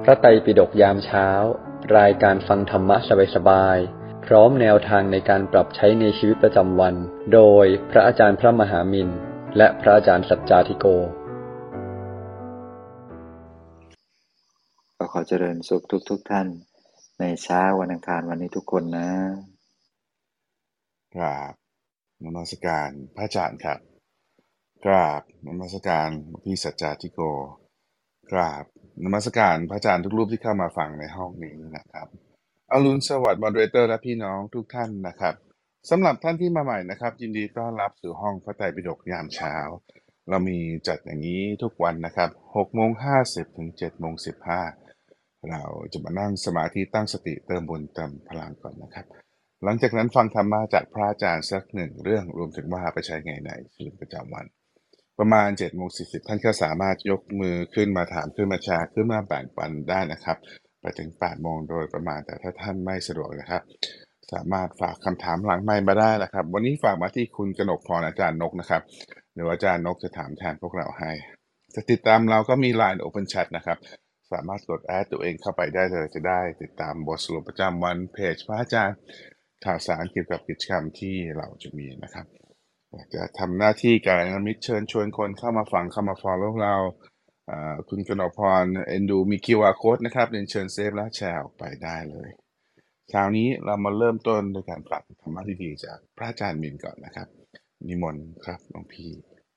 ระไตรปิฎกยามเช้ารายการฟังธรรมะสบายๆพร้อมแนวทางในการปรับใช้ในชีวิตประจำวันโดยพระอาจารย์พระมหามินและพระอาจารย์สัจจาธิโกก็ขอเจริญสุขทุกท่านในเช้าวันอังคารวันนี้ทุกคนนะกราบนมัสการพระอาจารย์ครับกราบนมัสการพี่สัจจาธิโกกราบนมัสการพระอาจารย์ทุกรูปที่เข้ามาฟังในห้องนี้นะครับอรุณสวัสดิ์มอดเรเตอร์และพี่น้องทุกท่านนะครับสำหรับท่านที่มาใหม่นะครับยินดีต้อนรับสู่ห้องพระไตรปิฎกยามเช้าเรามีจัดอย่างนี้ทุกวันนะครับ6:50 ถึง 7:15เราจะมานั่งสมาธิตั้งสติเติมบุญเติมพลังก่อนนะครับหลังจากนั้นฟังธรรมะจากพระอาจารย์สักหนึ่งเรื่องรวมถึงว่าไปใช้ไงในชีวิตประจำวันประมาณ7:40ท่านก็สามารถยกมือขึ้นมาถามขึ้นมาแชร์ขึ้นมาแบ่งปันได้นะครับไปถึง8โมงโดยประมาณแต่ถ้าท่านไม่สะดวกนะครับสามารถฝากคำถามหลังไมค์มาได้นะครับวันนี้ฝากมาที่คุณกนกพรอาจารย์นกนะครับเดี๋ยวอาจารย์นกจะถามแทนพวกเราให้จะติดตามเราก็มี LINE Open Chat นะครับสามารถกดแอดตัวเองเข้าไปได้เลยจะได้ติดตามบทสรุปประจำวันเพจพระอาจารย์ข่าวสารเกี่ยวกับกิจกรรมที่เราจะมีนะครับอยากจะทำหน้าที่การนมิตรเชิญชวนคนเข้ามาฟังเข้ามา follow เราคุณกนกพรเอ็นดูมี QR code นะครับเรียนเชิญเซฟและแชร์ออกไปได้เลยคราวนี้เรามาเริ่มต้นด้วยการฟังธรรมะดีๆจากพระอาจารย์มินก่อนนะครับนิมนต์ครับหลวงพี่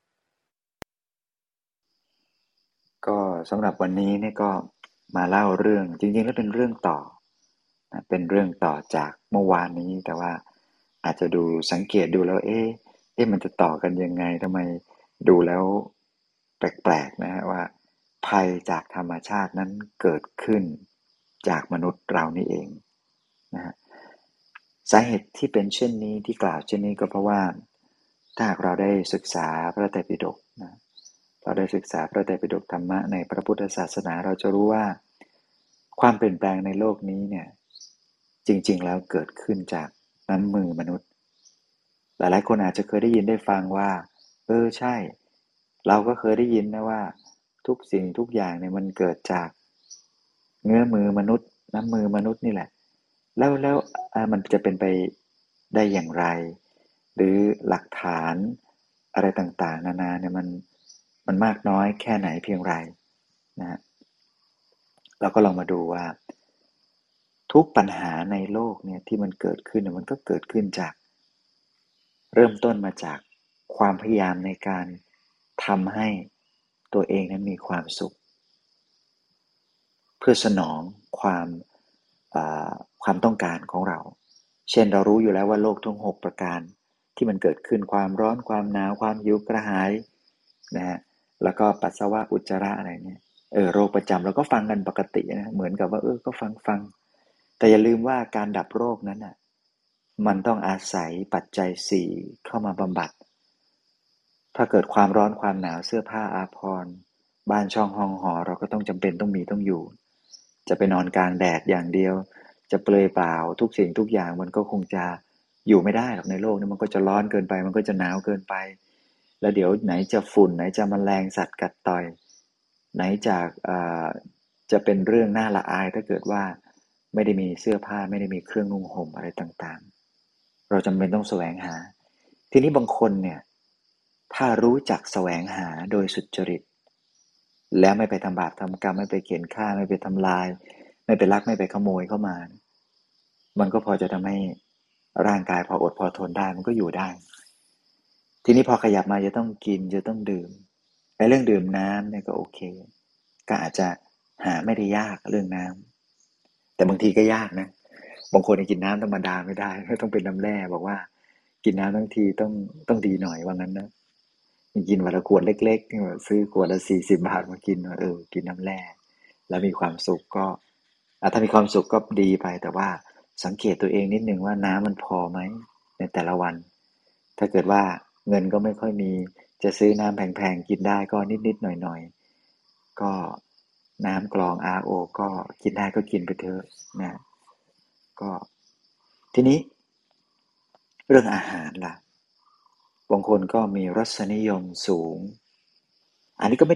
ก็สำหรับวันนี้เนี่ยก็มาเล่าเรื่องจริงๆแล้วเป็นเรื่องต่อนะเป็นเรื่องต่อจากเมื่อวานนี้แต่ว่าอาจจะดูสังเกตดูแล้วมันจะต่อกันยังไงทำไมดูแล้วแปลกๆนะฮะว่าภัยจากธรรมชาตินั้นเกิดขึ้นจากมนุษย์เรานี่เองนะฮะสาเหตุที่เป็นเช่นนี้ที่กล่าวเช่นนี้ก็เพราะว่าถ้าหากเราได้ศึกษาพระไตรปิฎกนะเราได้ศึกษาพระไตรปิฎกธรรมะในพระพุทธศาสนาเราจะรู้ว่าความเปลี่ยนแปลงในโลกนี้เนี่ยจริงๆแล้วเกิดขึ้นจากน้ำมือมนุษย์หลายๆคนอาจจะเคยได้ยินได้ฟังว่าใช่เราก็เคยได้ยินนะว่าทุกสิ่งทุกอย่างเนี่ยมันเกิดจากเงื้อมือมนุษย์น้ำมือมนุษย์นี่แหละแล้วมันจะเป็นไปได้อย่างไรหรือหลักฐานอะไรต่างๆนานาเนี่ยมันมากน้อยแค่ไหนเพียงไรนะฮะเราก็ลองมาดูว่าทุกปัญหาในโลกเนี่ยที่มันเกิดขึ้นมันก็เกิดขึ้นจากเริ่มต้นมาจากความพยายามในการทำให้ตัวเองนั้นมีความสุขเพื่อสนองความความต้องการของเราเช่นเรารู้อยู่แล้วว่าโลกทั้ง6ประการที่มันเกิดขึ้นความร้อนความหนาวความหิวกระหายนะฮะแล้วก็ปัสสาวะอุจจาระอะไรเนี่ยโรคประจำเราก็ฟังกันปกตินะเหมือนกับว่าก็ฟังแต่อย่าลืมว่าการดับโรคนั้นน่ะมันต้องอาศัยปัจจัย4เข้ามาบำบัดถ้าเกิดความร้อนความหนาวเสื้อผ้าอาภรณ์บ้านช่องห้องหอเราก็ต้องจำเป็นต้องมีต้องอยู่จะไปนอนกลางแดดอย่างเดียวจะเปลือยเปล่าทุกสิ่งทุกอย่างมันก็คงจะอยู่ไม่ได้หรอกในโลกนี้มันก็จะร้อนเกินไปมันก็จะหนาวเกินไปแล้วเดี๋ยวไหนจะฝุ่นไหนจะแมลงสัตว์กัดต่อยไหนจากจะเป็นเรื่องน่าละอายถ้าเกิดว่าไม่ได้มีเสื้อผ้าไม่ได้มีเครื่องนุ่งห่มอะไรต่างๆเราจำเป็นต้องแสวงหาทีนี้บางคนเนี่ยถ้ารู้จักแสวงหาโดยสุจริตแล้วไม่ไปทำบาปทำกรรมไม่ไปเขียนฆ่าไม่ไปทำลายไม่ไปลักไม่ไปขโมยเข้ามามันก็พอจะทำให้ร่างกายพออดพอทนได้มันก็อยู่ได้ทีนี้พอขยับมาจะต้องกินจะต้องดื่มในเรื่องดื่มน้ำเนี่ยก็โอเคก็อาจจะหาไม่ได้ยากเรื่องน้ำแต่บางทีก็ยากนะบางคนกินน้ำธรรมดาไม่ได้ต้องเป็นน้ำแร่บอกว่ากินน้ำทั้งทีต้องดีหน่อยว่างั้นนะกินวันละขวดเล็กๆซื้อขวดละ40 บาทมากินกินน้ำแร่แล้วมีความสุขก็ถ้ามีความสุขก็ดีไปแต่ว่าสังเกตตัวเองนิดนึงว่าน้ำมันพอไหมในแต่ละวันถ้าเกิดว่าเงินก็ไม่ค่อยมีจะซื้อน้ำแพงๆกินได้ก็นิดๆหน่อยๆก็น้ำกรอง RO ก็กินได้ก็กินไปเถอะนะก็ทีนี้เรื่องอาหารล่ะบางคนก็มีรสนิยมสูงอันนี้ก็ไม่ได้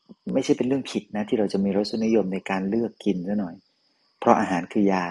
ไม่ใช่เป็นเรื่องผิดนะที่เราจะมีรสนิยมในการเลือกกินซะหน่อยเพราะอาหารคือยา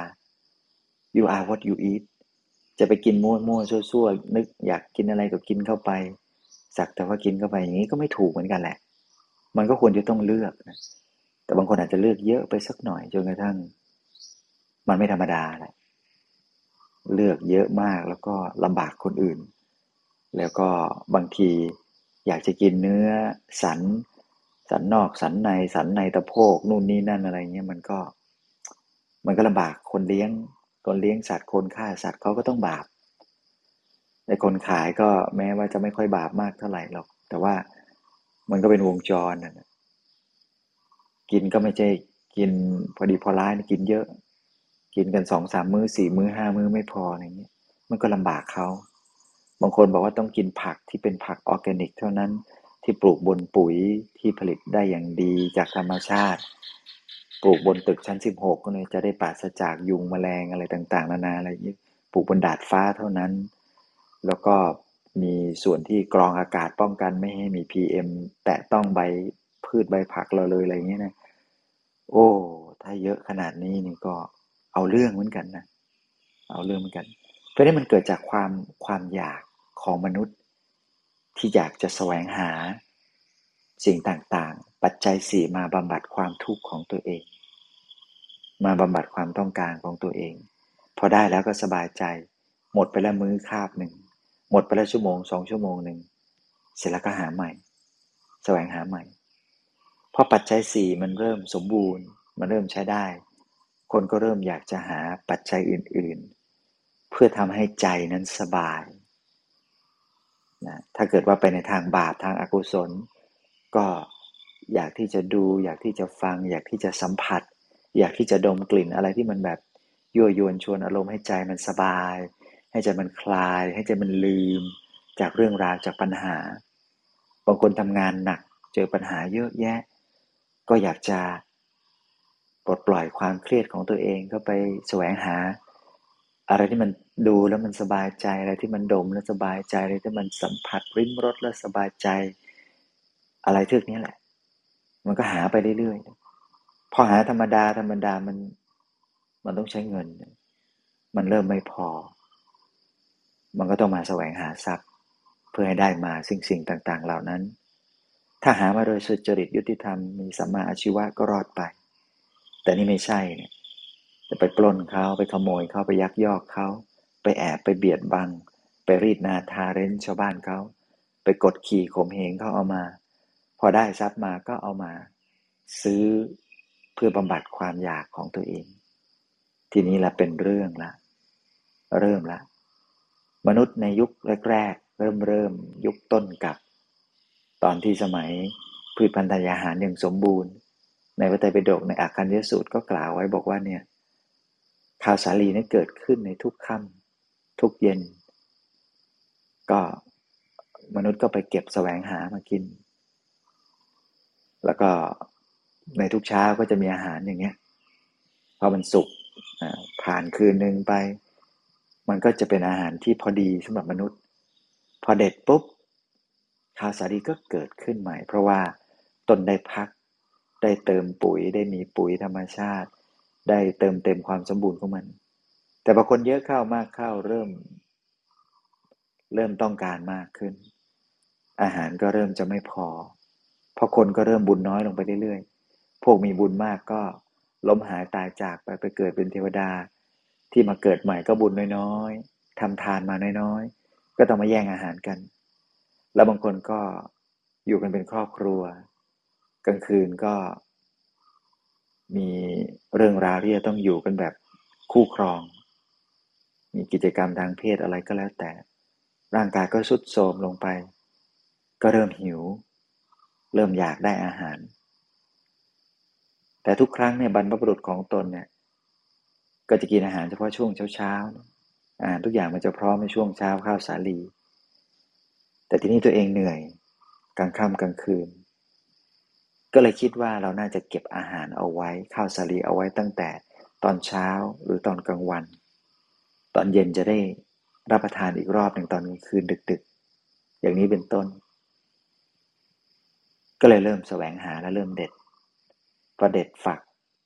you are what you eat จะไปกินมั่วๆซั่วๆนึกอยากกินอะไรก็กินเข้าไปสักแต่ว่ากินเข้าไปอย่างนี้ก็ไม่ถูกเหมือนกันแหละมันก็ควรจะต้องเลือกนะแต่บางคนอาจจะเลือกเยอะไปสักหน่อยจนกระทั่งมันไม่ธรรมดาแหละเลือกเยอะมากแล้วก็ลำบากคนอื่นแล้วก็บางทีอยากจะกินเนื้อสันสันนอกสันในสันในตะโพกนู่นนี่นั่นอะไรเงี้ยมันก็ลำบากคนเลี้ยงสัตว์คนฆ่าสัตว์เขาก็ต้องบาปในคนขายก็แม้ว่าจะไม่ค่อยบาปมากเท่าไหร่หรอกแต่ว่ามันก็เป็นวงจรนะกินก็ไม่ใช่กินพอดีพอร้ายกินเยอะกินกัน2-3มื้อ4มื้อ5มื้อไม่พออะไรเงี้ยมันก็ลำบากเขาบางคนบอกว่าต้องกินผักที่เป็นผักออร์แกนิกเท่านั้นที่ปลูกบนปุ๋ยที่ผลิตได้อย่างดีจากธรรมชาติปลูกบนตึกชั้น16ก็เลยจะได้ปราศจากยุงแมลงอะไรต่างๆนานาอะไรอย่างนี้ปลูกบนดาดฟ้าเท่านั้นแล้วก็มีส่วนที่กรองอากาศป้องกันไม่ให้มี PM แตะต้องใบพืชใบผักเราเลยอะไรอย่างเงี้ยนะโอ้ถ้าเยอะขนาดนี้นี่ก็เอาเรื่องเหมือนกันนะเอาเรื่องเหมือนกันเพราะนี่มันเกิดจากความอยากของมนุษย์ที่อยากจะแสวงหาสิ่งต่างๆปัจจัยสี่มาบำบัดความทุกข์ของตัวเองมาบำบัดความต้องการของตัวเองพอได้แล้วก็สบายใจหมดไปแล้วมื้อคาบหนึ่งหมดไปแล้วชั่วโมง2 ชั่วโมงหนึ่งเสร็จแล้วก็หาใหม่แสวงหาใหม่พอปัจจัยสี่มันเริ่มสมบูรณ์มันเริ่มใช้ได้คนก็เริ่มอยากจะหาปัจจัยอื่นๆเพื่อทำให้ใจนั้นสบายนะถ้าเกิดว่าไปในทางบาปทางอกุศลก็อยากที่จะดูอยากที่จะฟังอยากที่จะสัมผัสอยากที่จะดมกลิ่นอะไรที่มันแบบยั่วยวนชวนอารมณ์ให้ใจมันสบายให้ใจมันคลายให้ใจมันลืมจากเรื่องราวจากปัญหาบางคนทำงานหนักเจอปัญหาเยอะแยะก็อยากจะปลดปล่อยความเครียดของตัวเองก็ไปแสวงหาอะไรที่มันดูแล้วมันสบายใจอะไรที่มันดมแล้วสบายใจอะไรที่มันสัมผัสริมรสแล้วสบายใจอะไรเทือกนี้แหละมันก็หาไปเรื่อยๆพอหาธรรมดามันต้องใช้เงินมันเริ่มไม่พอมันก็ต้องมาแสวงหาทรัพย์เพื่อให้ได้มาสิ่งต่างๆเหล่านั้นถ้าหามาโดยสุจริตยุติธรรมมีสัมมาอาชีวะก็รอดไปแต่นี่ไม่ใช่เนี่ยจะไปปล้นเขาไปขโมยเขาไปยักยอกเขาไปแอบไปเบียดบังไปรีดนาทาเร้นชาวบ้านเขาไปกดขี่ข่มเหงเขาเอามาพอได้ทรัพย์มาก็เอามาซื้อเพื่อบำบัดความอยากของตัวเองทีนี้ละเป็นเรื่องละเริ่มละมนุษย์ในยุคแรกๆเริ่มยุคต้นกับตอนที่สมัยพืชพันธุ์ธัญญาหารยังสมบูรณ์ในพระไตรปิฎกในอาคัญญสูตรก็กล่าวไว้บอกว่าเนี่ยข้าวสาลีนี่เกิดขึ้นในทุกค่ำทุกเย็นก็มนุษย์ก็ไปเก็บแสวงหามากินแล้วก็ในทุกเช้าก็จะมีอาหารอย่างเงี้ยพอมันสุกผ่านคืนนึงไปมันก็จะเป็นอาหารที่พอดีสำหรับมนุษย์พอเด็ดปุ๊บข้าวสาลีก็เกิดขึ้นใหม่เพราะว่าต้นได้พักได้เติมปุ๋ยได้มีปุ๋ยธรรมชาติได้เติมเต็มความสมบูรณ์ของมันแต่พอคนเยอะเข้ามากเข้าเริ่มต้องการมากขึ้นอาหารก็เริ่มจะไม่พอเพราะคนก็เริ่มบุญน้อยลงไปเรื่อยๆพวกมีบุญมากก็ล้มหายตายจากไปเกิดเป็นเทวดาที่มาเกิดใหม่ก็บุญน้อยๆทำทานมาน้อยๆก็ต้องมาแย่งอาหารกันแล้วบางคนก็อยู่กันเป็นครอบครัวกลางคืนก็มีเรื่องราวที่จะต้องอยู่กันแบบคู่ครองมีกิจกรรมทางเพศอะไรก็แล้วแต่ร่างกายก็ทรุดโทรมลงไปก็เริ่มหิวเริ่มอยากได้อาหารแต่ทุกครั้งเนี่ยบรรพบุรุษของตนเนี่ยก็จะกินอาหารเฉพาะช่วงเช้าอาหารทุกอย่างมันจะพร้อมในช่วงเช้าข้าวสาลีแต่ทีนี้ตัวเองเหนื่อยกลางค่ำกลางคืนก็เลยคิดว่าเราน่าจะเก็บอาหารเอาไว้ข้าวสาลีเอาไว้ตั้งแต่ตอนเช้าหรือตอนกลางวันตอนเย็นจะได้รับประทานอีกรอบหนึ่งตอนกลางคืนดึกๆอย่างนี้เป็นต้นก็เลยเริ่มแสวงหาและเริ่มเด็ดพอเด็ดฝัก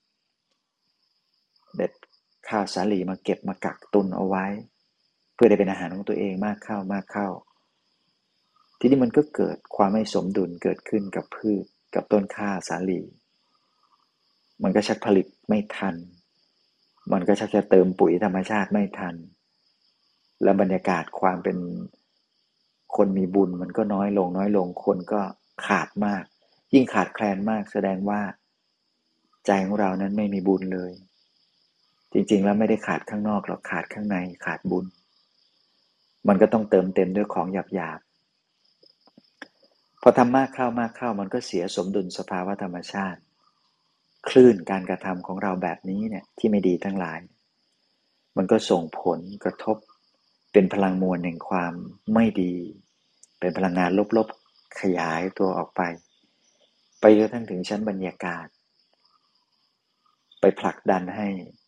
เด็ดข้าวสาลีมาเก็บมากักตุนเอาไว้เพื่อได้เป็นอาหารของตัวเองมากเข้าทีนี้มันก็เกิดความไม่สมดุลเกิดขึ้นกับพืชกับต้นข้าวสาลีมันก็ชักผลิตไม่ทันมันก็ชักจะเติมปุ๋ยธรรมชาติไม่ทันและบรรยากาศความเป็นคนมีบุญมันก็น้อยลงคนก็ขาดมากยิ่งขาดแคลนมากแสดงว่าใจของเรานั้นไม่มีบุญเลยจริงๆแล้วไม่ได้ขาดข้างนอกหรอกขาดข้างในขาดบุญมันก็ต้องเติมเต็มด้วยของหยาบพอทำมากเข้ามันก็เสียสมดุลสภาวะธรรมชาติคลื่นการกระทำของเราแบบนี้เนี่ยที่ไม่ดีทั้งหลายมันก็ส่งผลกระทบเป็นพลังมวลแห่งความไม่ดีเป็นพลังงานลบๆขยายตัวออกไปจนถึงชั้นบรรยากาศไปผลักดันให้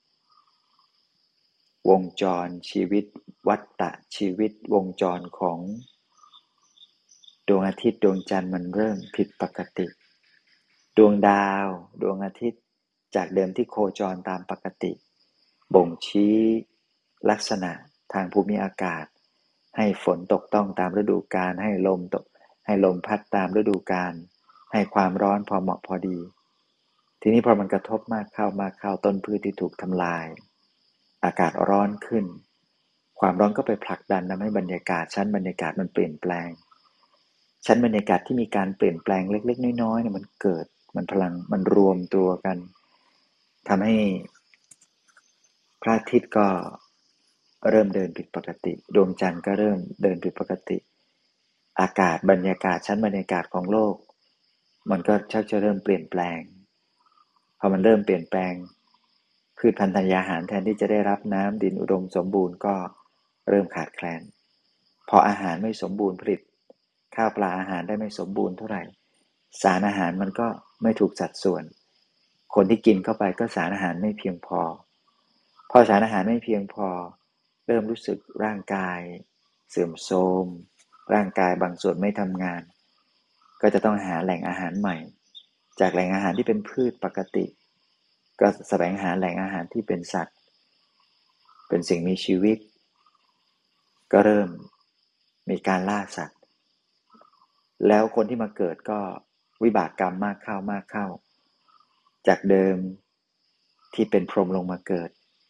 วงจรชีวิตวัฏฏะชีวิตวงจรของดวงอาทิตย์ดวงจันทร์มันเริ่มผิดปกติดวงดาวดวงอาทิตย์จากเดิมที่โคจรตามปกติบ่งชี้ลักษณะทางภูมิอากาศให้ฝนตกต้องตามฤดูกาลให้ลมพัดตามฤดูกาลให้ความร้อนพอเหมาะพอดีทีนี้พอมันกระทบมากเข้าต้นพืชที่ถูกทำลายอากาศร้อนขึ้นความร้อนก็ไปผลักดันทำให้บรรยากาศชั้นบรรยากาศมันเปลี่ยนแปลงชั้นบรรยากาศที่มีการเปลี่ยนแปลงเล็กๆน้อยๆเนี่ยมันเกิดมันพลังมันรวมตัวกันทำให้พระอาทิตย์ก็เริ่มเดินผิดปกติดวงจันทร์ก็เริ่มเดินผิดปกติอากาศบรรยากาศชั้นบรรยากาศของโลกมันก็ชักจะเริ่มเปลี่ยนแปลงพอมันเริ่มเปลี่ยนแปลงพืชพันธุ์ธัญญาหารแทนที่จะได้รับน้ำดินอุดมสมบูรณ์ก็เริ่มขาดแคลนพออาหารไม่สมบูรณ์ผลิตข้าวปลาอาหารได้ไม่สมบูรณ์เท่าไหร่สารอาหารมันก็ไม่ถูกสัดส่วนคนที่กินเข้าไปก็สารอาหารไม่เพียงพอสารอาหารไม่เพียงพอเริ่มรู้สึกร่างกายเสื่อมโทรมร่างกายบางส่วนไม่ทำงานก็จะต้องหาแหล่งอาหารใหม่จากแหล่งอาหารที่เป็นพืชปกติก็แสวงหาแหล่งอาหารที่เป็นสัตว์เป็นสิ่งมีชีวิตก็เริ่มมีการล่าสัตว์แล้วคนที่มาเกิดก็วิบากกรรมมากเข้าจากเดิมที่เป็นพรหมลงมาเกิด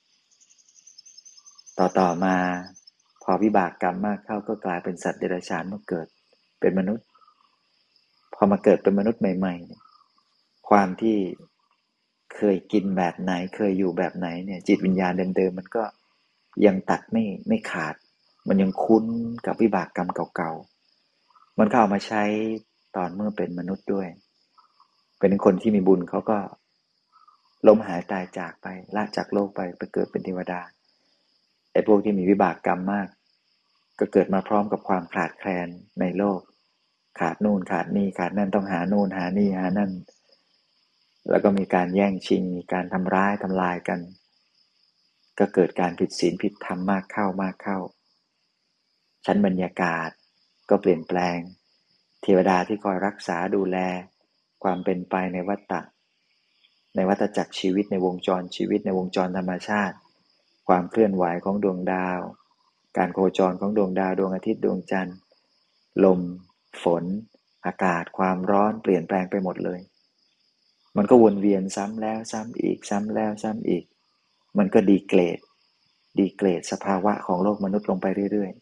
ต่อมาพอวิบากกรรมมากเข้าก็กลายเป็นสัตว์เดรัจฉานมาเกิดเป็นมนุษย์พอมาเกิดเป็นมนุษย์ใหม่ๆความที่เคยกินแบบไหนเคยอยู่แบบไหนเนี่ยจิตวิญญาณเดิมๆมันก็ยังตัดไม่ขาดมันยังคุ้นกับวิบากกรรมเก่าๆมันก็เอามาใช้ตอนเมื่อเป็นมนุษย์ด้วยเป็นคนที่มีบุญเขาก็ล้มหายตายจากไปละจากโลกไปเกิดเป็นเทวดาไอ้พวกที่มีวิบากกรรมมากก็เกิดมาพร้อมกับความขาดแคลนในโลกขาดนู่นขาดนี่ขาดนั่นต้องหานู่นหานี่หานั่นแล้วก็มีการแย่งชิงมีการทำร้ายทำลายกันก็เกิดการผิดศีลผิดธรรมมากเข้าชั้นบรรยากาศก็เปลี่ยนแปลงเทวดาที่คอยรักษาดูแลความเป็นไปในวัฏจักรชีวิตในวงจรชีวิตในวงจรธรรมชาติความเคลื่อนไหวของดวงดาวการโคจรของดวงดาวดวงอาทิตย์ดวงจันทร์ลมฝนอากาศความร้อนเปลี่ยนแปลงไปหมดเลยมันก็วนเวียนซ้ำแล้วซ้ำอีกซ้ำแล้วซ้ำอีกมันก็ดีเกรดสภาวะของโลกมนุษย์ลงไปเรื่อย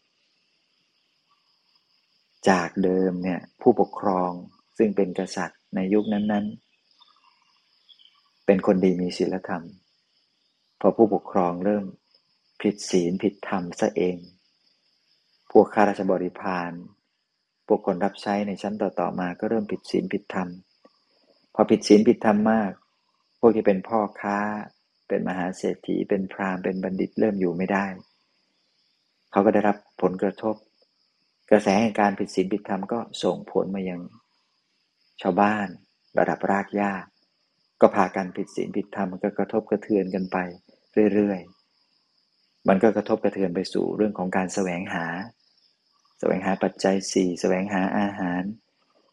ๆจากเดิมเนี่ยผู้ปกครองซึ่งเป็นกษัตริย์ในยุคนั้นๆเป็นคนดีมีศีลธรรมพอผู้ปกครองเริ่มผิดศีลผิดธรรมซะเองพวกข้าราชบริพารพวกคนรับใช้ในชั้นต่อๆมาก็เริ่มผิดศีลผิดธรรมพอผิดศีลผิดธรรมมากพวกที่เป็นพ่อค้าเป็นมหาเศรษฐีเป็นพราหมณ์เป็นบัณฑิตเริ่มอยู่ไม่ได้เขาก็ได้รับผลกระทบกระแสแห่งการผิดศีลผิดธรรมก็ส่งผลมายังชาวบ้านระดับรากหญ้าก็พากันผิดศีลผิดธรรมมันก็กระทบกระเทือนกันไปเรื่อยๆมันก็กระทบกระเทือนไปสู่เรื่องของการแสวงหาปัจจัย4แสวงหาอาหาร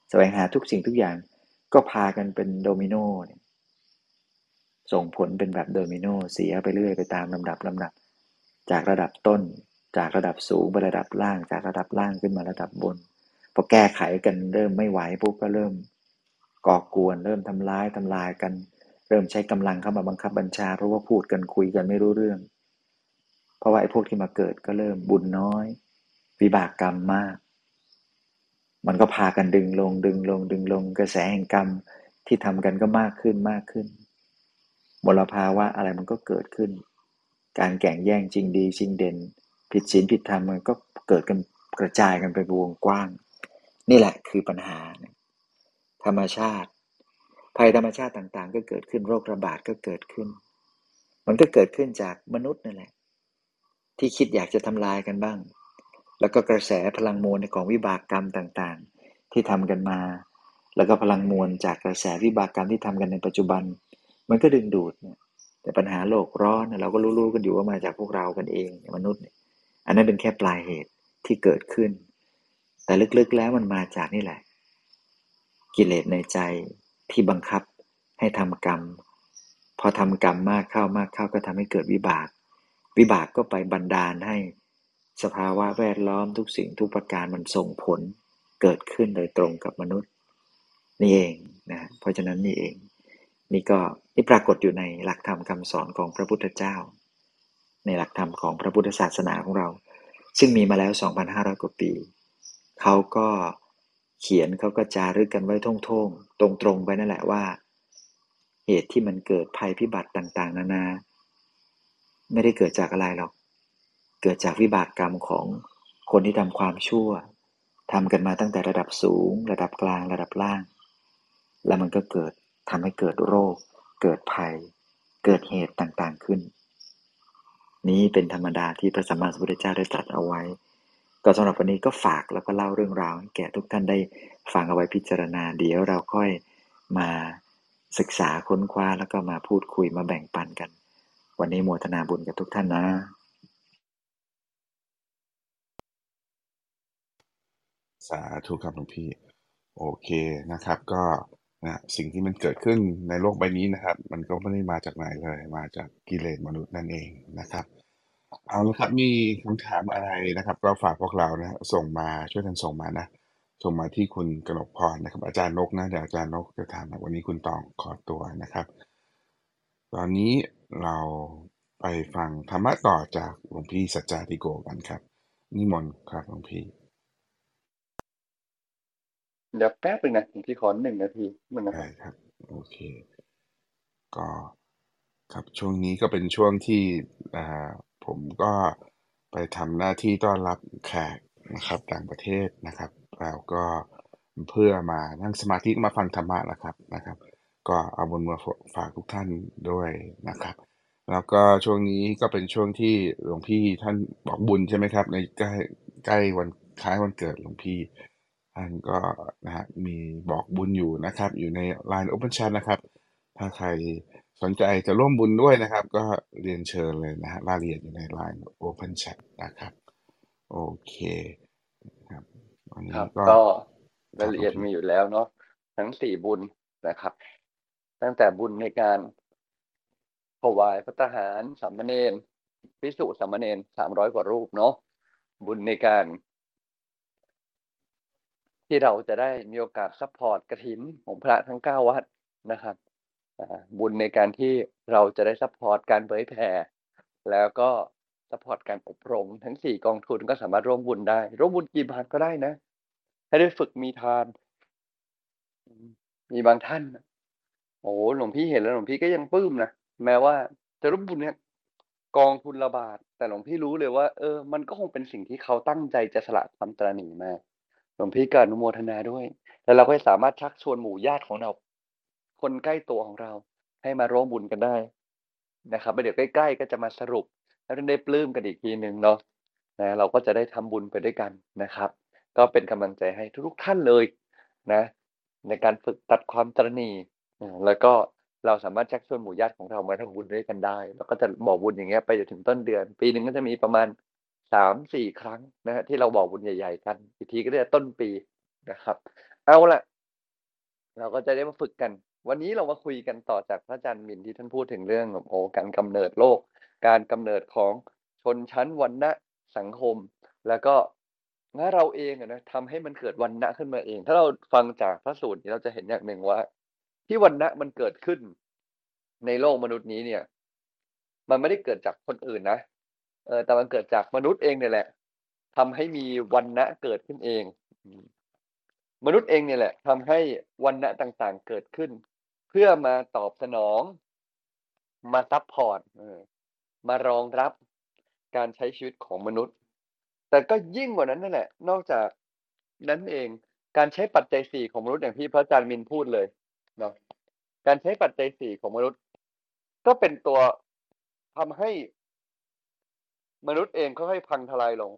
แสวงหาทุกสิ่งทุกอย่างก็พากันเป็นโดมิโนเนี่ยส่งผลเป็นแบบโดมิโนเสียไปเรื่อยไปตามลำดับจากระดับต้นจากระดับสูงไประดับล่างจากระดับล่างขึ้นมาระดับบนพอแก้ไขกันเริ่มไม่ไหวปุ๊บก็เริ่มก่อกวนเริ่มทำลายกันเริ่มใช้กำลังเข้ามาบังคับบัญชาเพราะว่าพูดกันคุยกันไม่รู้เรื่องเพราะว่าไอ้พวกที่มาเกิดก็เริ่มบุญน้อยวิบากกรรมมากมันก็พากันดึงลงกระแสแห่งกรรมที่ทำกันก็มากขึ้นมลภาวะอะไรมันก็เกิดขึ้นการแข่งแย่งชิงดีชิงเด่นผิดศีลผิดธรรมมันก็เกิดกันกระจายกันไปวงกว้างนี่แหละคือปัญหาธรรมชาติภัยธรรมชาติต่างๆก็เกิดขึ้นโรคระบาดก็เกิดขึ้นมันก็เกิดขึ้นจากมนุษย์นั่นแหละที่คิดอยากจะทำลายกันบ้างแล้วก็กระแสพลังมวลของวิบากกรรมต่างๆที่ทำกันมาแล้วก็พลังมวลจากกระแสวิบากกรรมที่ทำกันในปัจจุบันมันก็ดึงดูดแต่ปัญหาโลกร้อนเราก็รู้ๆกันอยู่ว่ามาจากพวกเรากันเองมนุษย์อันนั้นเป็นแค่ปลายเหตุที่เกิดขึ้นแต่ลึกๆแล้วมันมาจากนี่แหละกิเลสในใจที่บังคับให้ทำกรรมพอทำกรรมมากเข้าก็ทำให้เกิดวิบากก็ไปบันดาลให้สภาวะแวดล้อมทุกสิ่งทุกประการมันส่งผลเกิดขึ้นโดยตรงกับมนุษย์นี่เองนะเพราะฉะนั้นนี่เองนี่ปรากฏอยู่ในหลักธรรมคำสอนของพระพุทธเจ้าในหลักธรรมของพระพุทธศาสนาของเราซึ่งมีมาแล้ว 2,500 กว่าปีเขาก็เขียนเขาก็จารึกกันไว้ท่งๆตรงๆไปนั่นแหละว่าเหตุที่มันเกิดภัยพิบัติต่างๆนานาไม่ได้เกิดจากอะไรหรอกเกิดจากวิบากกรรมของคนที่ทำความชั่วทำกันมาตั้งแต่ระดับสูงระดับกลางระดับล่างแล้วมันก็ทำให้เกิดโรคเกิดภัยเกิดเหตุต่างๆขึ้นนี้เป็นธรรมดาที่พระสัมมาสัมพุทธเจ้าได้ตรัสเอาไว้ก็สำหรับวันนี้ก็ฝากแล้วก็เล่าเรื่องราวให้แก่ทุกท่านได้ฟังเอาไว้พิจารณาเดี๋ยวเราค่อยมาศึกษาค้นคว้าแล้วก็มาพูดคุยมาแบ่งปันกันวันนี้โมทนาบุญกับทุกท่านนะสาธุครับหลวงพี่โอเคนะครับก็สิ่งที่มันเกิดขึ้นในโลกใบนี้นะครับมันก็ไม่ได้มาจากไหนเลยมาจากกิเลสมนุษย์นั่นเองนะครับเอาละครับมีคำถามอะไรนะครับก็ฝากพวกเรานะส่งมาช่วยกันส่งมานะส่งมาที่คุณกนกพรนะครับอาจารย์นกนะเดี๋ยวอาจารย์นกจะถามนะวันนี้คุณตองขอตัวนะครับตอนนี้เราไปฟังธรรมะต่อจากหลวงพี่สัจจาธิโกกันครับนิมนต์ครับหลวงพี่เดี๋ยวแป๊บนึงนะพี่ขอ1 นาทีมึงนะคได้รับครับโอเคก็ครับช่วงนี้ก็เป็นช่วงที่อ่าผมก็ไปทำหน้าที่ต้อนรับแขกนะครับต่างประเทศนะครับแล้วก็เพื่อมานั่งสมาธิมาฟังธรรมะนะครับก็เอาบุญมาฝากทุกท่านด้วยนะครับแล้วก็ช่วงนี้ก็เป็นช่วงที่หลวงพี่ท่านบอกบุญใช่ไหมครับในใกล้วันคล้ายวันเกิดหลวงพี่ท่านก็นะฮะมีบอกบุญอยู่นะครับอยู่ใน LINE Open Chat นะครับถ้าใครสนใจจะร่วมบุญด้วยนะครับก็เรียนเชิญเลยนะฮะรายละเอียดอยู่ใน LINE Open Chat นะครับโอเคครับวันครับนี้ก็ก็ครายละเอียดรับหลวงพี่มีอยู่แล้วเนาะทั้ง4 บุญนะครับตั้งแต่บุญในการถวายภัตตาหารสามเณรภิกษุสามเณร300 กว่ารูปเนาะบุญในการที่เราจะได้มีโอกาสซัพพอร์ตกฐินของพระทั้ง9 วัดนะครับบุญในการที่เราจะได้ซัพพอร์ตการเผยแผ่แล้วก็ซัพพอร์ตการอบรมทั้ง4 กองทุนก็สามารถร่วมบุญได้ร่วมบุญกี่บาทก็ได้นะให้ได้ฝึกมีทานมีบางท่านโอ้โฮหลวงพี่เห็นแล้วหลวงพี่ก็ยังปลื้มนะแม้ว่าจะร่วมบุญเนี่ยกองทุนละบาทแต่หลวงพี่รู้เลยว่ามันก็คงเป็นสิ่งที่เขาตั้งใจจะสละความตระหนี่มาหลวงพี่ก็อนุโมทนาด้วยแล้วเราก็สามารถชักชวนหมู่ญาติของเราคนใกล้ตัวของเราให้มาร่วมบุญกันได้นะครับแล้วเดี๋ยวใกล้ๆก็จะมาสรุปแล้วได้ปลื้มกันอีกทีหนึ่งเนาะนะเราก็จะได้ทำบุญไปด้วยกันนะครับก็เป็นกำลังใจให้ทุกๆท่านเลยนะในการฝึกตัดความตระหนี่แล้วก็เราสามารถชักชวนหมู่ญาติของเรามาทำบุญด้วยกันได้แล้วก็จะบอกบุญอย่างเงี้ยไปจนถึงต้นเดือนปีหนึ่งก็จะมีประมาณ3-4 ครั้งนะครับที่เราบอกบุญใหญ่ๆกันอีกทีก็จะต้นปีนะครับเอาล่ะเราก็จะได้มาฝึกกัน วันนี้เรามาคุยกันต่อจากพระอาจารย์มินที่ท่านพูดถึงเรื่องแบบการกำเนิดโลก การกำเนิดของชนชั้นวรรณะสังคม แล้วก็เราเองนะทำให้มันเกิดวรรณะขึ้นมาเอง ถ้าเราฟังจากพระสูตรนี้เราจะเห็นอย่างหนึ่งว่า ที่วรรณะมันเกิดขึ้นในโลกมนุษย์นี้เนี่ย มันไม่ได้เกิดจากคนอื่นนะแต่มันเกิดจากมนุษย์เองเนี่ยแหละทำให้มีวรรณะเกิดขึ้นเองมนุษย์เองเนี่ยแหละทำให้วรรณะต่างๆเกิดขึ้น เพื่อมาตอบสนองมาซัพพอร์ตมารองรับการใช้ชีวิตของมนุษย์ แต่ก็ยิ่งกว่านั้นนั่นแหละ นอกจากนั้นเองการใช้ปัจจัยสี่ของมนุษย์อย่างที่พระอาจารย์มินพูดเลยเนาะการใช้ปัจจัยสี่ของมนุษย์ ก็เป็นตัวทำให้มนุษย์เองค่อยๆพังทลายลง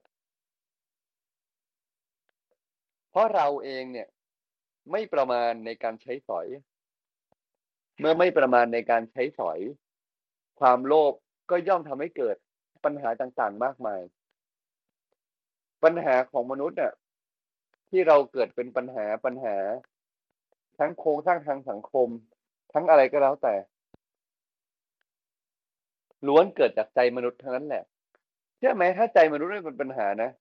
เพราะเราเองเนี่ยไม่ประมาณในการใช้สอย เมื่อไม่ประมาณในการใช้สอย ความโลภก็ย่อมทำให้เกิดปัญหาต่างๆมากมาย ปัญหาของมนุษย์เนี่ยที่เราเกิดเป็นปัญหาทั้งโครงสร้างทางสังคม ทั้งอะไรก็แล้วแต่ล้วนเกิดจากใจมนุษย์ทั้งนั้นแหละเชื่อไหมถ้าใจมนุษย์ไม่เป็นปัญหานะ